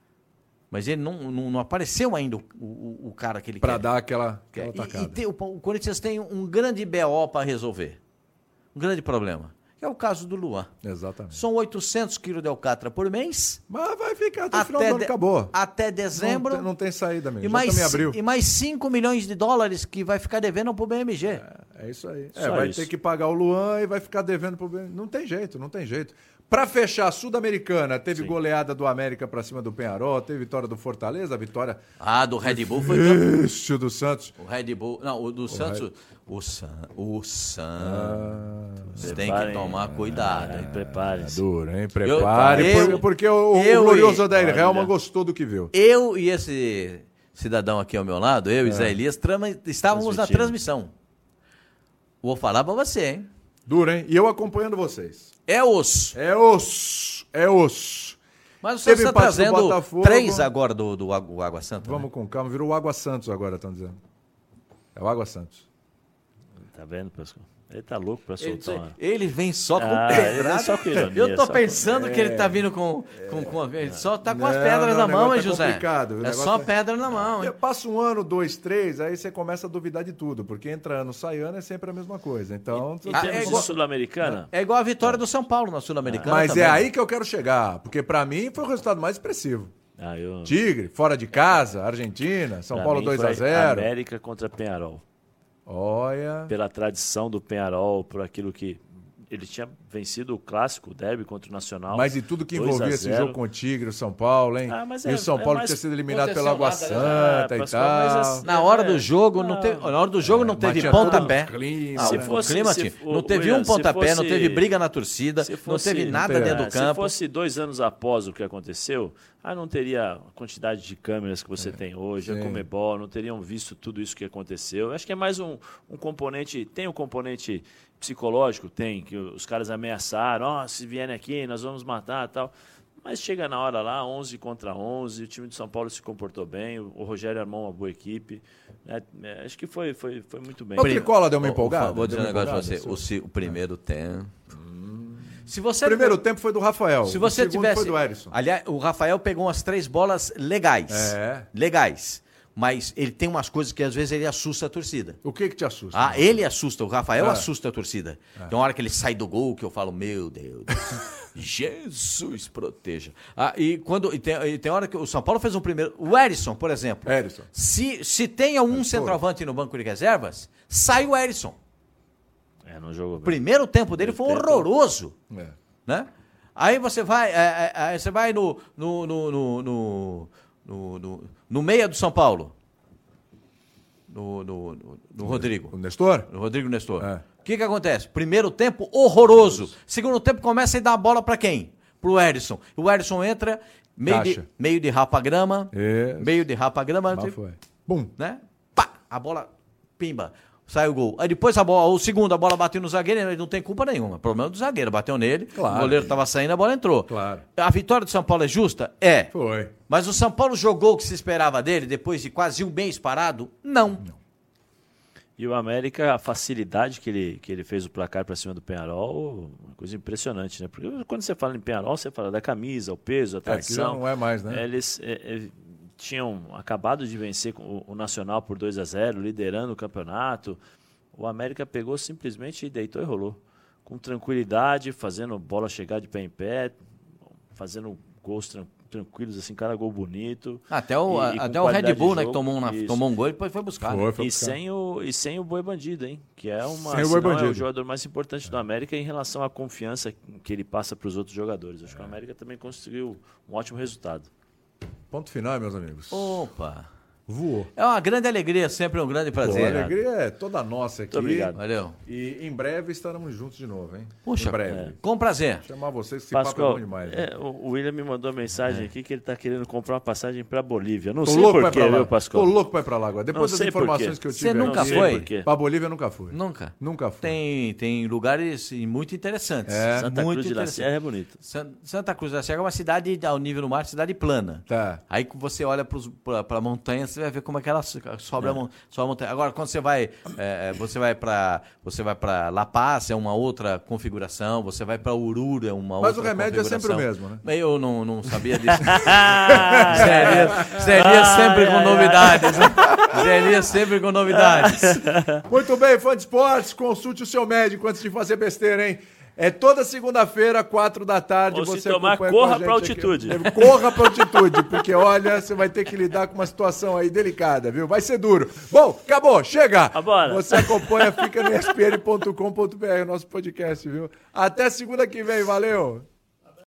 mas ele não, não, não apareceu ainda o, o, o cara que ele Para quer. dar aquela, aquela E- tacada. E, tem- o, o Corinthians tem um grande B O para resolver. Um grande problema. Que é o caso do Luan. Exatamente. São oitocentos quilos de alcatra por mês. Mas vai ficar até o final do Até, ano, de- acabou. até dezembro. Não tem, não tem saída mesmo. e, Já mais, também abriu. e mais cinco milhões de dólares que vai ficar devendo para o B M G. É isso aí. É, Só vai isso. ter que pagar o Luan e vai ficar devendo pro Ben. Não tem jeito, não tem jeito. Pra fechar, a Sul-Americana, teve Sim. goleada do América pra cima do Penharol, teve vitória do Fortaleza, a vitória Ah, do Red Bull foi campeão. Ixi, do Santos. O Red Bull. Não, o do Santos. O, San, o Santos. Tem que Preparem. tomar cuidado. É, hein? Preparem-se. Duro, hein? Prepare, Eu- por- porque o, o eu glorioso e- Odair Olha. Helman gostou do que viu. Eu e esse cidadão aqui ao meu lado, É. eu e Zé Elias, trama- estávamos na Transmitindo. transmissão. Vou falar pra você, hein? Duro, hein? E eu acompanhando vocês. É osso. É osso, é osso. Mas você Teve está empate do trazendo Botafogo. três agora do, do Água, o Água Santa. Vamos né? com calma, virou o Água Santos agora, estão dizendo. É o Água Santos. Tá vendo, pessoal? Ele tá louco pra Ele, soltar uma... ele vem só com Ah, ele pedrada. vem só com ironia, Eu tô só com- pensando que ele tá vindo com, com, com- Ele só tá com as Não, pedras não, na o mão, hein, negócio tá José? complicado, o É negócio só é- pedra na mão, hein? Passa um ano, dois, três, aí você começa a duvidar de tudo, porque entra ano, sai ano é sempre a mesma coisa. Então, Em Ah, termos é de igual- Sul-Americana, É igual a vitória do São Paulo na Sul-Americana. mas também. é aí que eu quero chegar, porque pra mim foi o resultado mais expressivo. ah, eu... Tigre, fora de casa, Argentina, São pra Paulo mim dois foi a zero. América contra Penharol. Olha, Pela tradição do Penharol, por aquilo que... Ele tinha vencido o clássico, o derby contra o Nacional. mas e tudo que dois a envolvia esse zero. jogo com o Tigre, o São Paulo, hein? Ah, mas e é- o São é Paulo mais tinha sido eliminado proteção pela Água nada, né? Santa Ah, e Pascoal, tal. mas assim, Na hora do É, jogo, não não. teve, na hora do jogo não Mas teve tinha todo pontapé. um clima, Ah, Se né? o fosse- clima se tinha. fo- Não teve William, um se pontapé, não fosse- teve briga na torcida, Se não fosse- teve nada não teve. dentro do É, Se campo. fosse dois anos após o que aconteceu, ah, não teria a quantidade de câmeras que você tem hoje, sim. a Comebol, não teriam visto tudo isso que aconteceu. Eu acho que é mais um, um componente, tem um componente psicológico, tem, que os caras ameaçaram, ó, se vierem aqui, nós vamos matar e tal. Mas chega na hora lá, onze contra onze, o time de São Paulo se comportou bem, o, o Rogério armou uma boa equipe. né? É, acho que foi, foi, foi muito bem. O Tricola deu uma Ô, ô, empolgada? Vou dizer Deu um uma negócio pra empolgada? você. O, se- o primeiro tempo. Se O você primeiro tempo foi do Rafael. Se o você segundo tivesse. foi do Erisson. Aliás, o Rafael pegou umas três bolas legais. É. Legais. Mas ele tem umas coisas que às vezes ele assusta a torcida. O que que te assusta? Ah, ele assusta, o Rafael É. assusta a torcida. Tem uma hora que ele sai do gol que eu falo, meu Deus, Jesus proteja. Ah, e quando e tem, e tem hora que o São Paulo fez um primeiro. O Erisson, por exemplo. Erisson. Se, se tem um centroavante no banco de reservas, sai o Erisson. É, não jogou O bem. primeiro tempo dele foi Primeiro tempo. horroroso. É. Né? Aí você vai, é, é, é, você vai no, no, no, no, no, no, no, no meia do São Paulo. No, no, no, no Rodrigo. O Nestor? No Rodrigo Nestor. É. O que que acontece? Primeiro tempo, horroroso. Segundo tempo, começa a dar a bola para quem? Pro Erisson. O Erisson entra, meio de, Caixa. meio de rapa-grama. Isso. Meio de rapa-grama. Lá foi. Bum. Né? Pá! A bola, pimba. sai o gol. Aí depois a bola, o segundo, a bola bateu no zagueiro, ele não tem culpa nenhuma. O problema é do zagueiro, bateu nele, Claro. o goleiro estava saindo, a bola entrou. Claro. A vitória do São Paulo é justa? É. Foi. Mas o São Paulo jogou o que se esperava dele depois de quase um mês parado? Não. não. E o América, a facilidade que ele, que ele fez o placar para cima do Penharol, uma coisa impressionante, né? Porque quando você fala em Penharol, você fala da camisa, o peso, a tradição. É, aqui já não é mais, né? Eles é, é, tinham acabado de vencer o, o Nacional por dois a zero, liderando o campeonato. O América pegou simplesmente e deitou e rolou. Com tranquilidade, fazendo bola chegar de pé em pé, fazendo gols tranquilos. tranquilos, assim, cada gol bonito. Até o, e, e até o Red Bull, né, que tomou um, na, Isso. tomou um gol e depois foi buscar. Foi, foi E buscar. sem, o, e sem o Boi Bandido, hein? Que é, uma, Sem o Boi senão é Bandido. o jogador mais importante do América em relação à confiança que ele passa para os outros jogadores. Acho que o América também conseguiu um ótimo resultado. Ponto final, meus amigos. Opa! Voou. É uma grande alegria, sempre um grande Pô, a prazer. alegria é toda nossa aqui. Muito obrigado. Valeu. E em breve estaremos juntos de novo, hein? Puxa, em breve. é. Com prazer. Chamar vocês, que esse papo é Pascoal, bom demais. é, né? o William me mandou uma mensagem aqui que ele está querendo comprar uma passagem para Bolívia. Não Tô sei louco pra ir porquê, pra lá. viu, Pascoal? Tô louco pra ir pra lá agora. Depois Não das sei por informações quê. que eu tive Você nunca aqui, Não sei foi? por quê. Pra Bolívia eu nunca fui. Nunca. Nunca fui. Tem, tem lugares muito interessantes. É. Santa muito Cruz de la interessantes. Serra é bonito. San- Santa Cruz da Serra é uma cidade, ao nível do mar, cidade plana. Tá. Aí que você olha para a montanha, você vai ver como é que ela so- sobe, a, mon- sobe a montanha. Agora, quando você vai, é, você vai para você vai para La Paz, é uma outra configuração. Você vai para Ururu, é uma Mas outra o remédio é sempre o configuração. mesmo, né? Eu não, não sabia disso. seria, seria sempre com novidades. Né? Seria sempre com novidades. Muito bem, fã de esportes, consulte o seu médico antes de fazer besteira, hein? É toda segunda-feira, quatro da tarde. Ou se você tomar, acompanha corra com a pra gente altitude. aqui. Corra pra altitude, porque olha, você vai ter que lidar com uma situação aí delicada, viu? Vai ser duro. Bom, acabou, chega! Vambora. Você acompanha, fica no E S P N ponto com ponto B R, nosso podcast, viu? Até segunda que vem, valeu!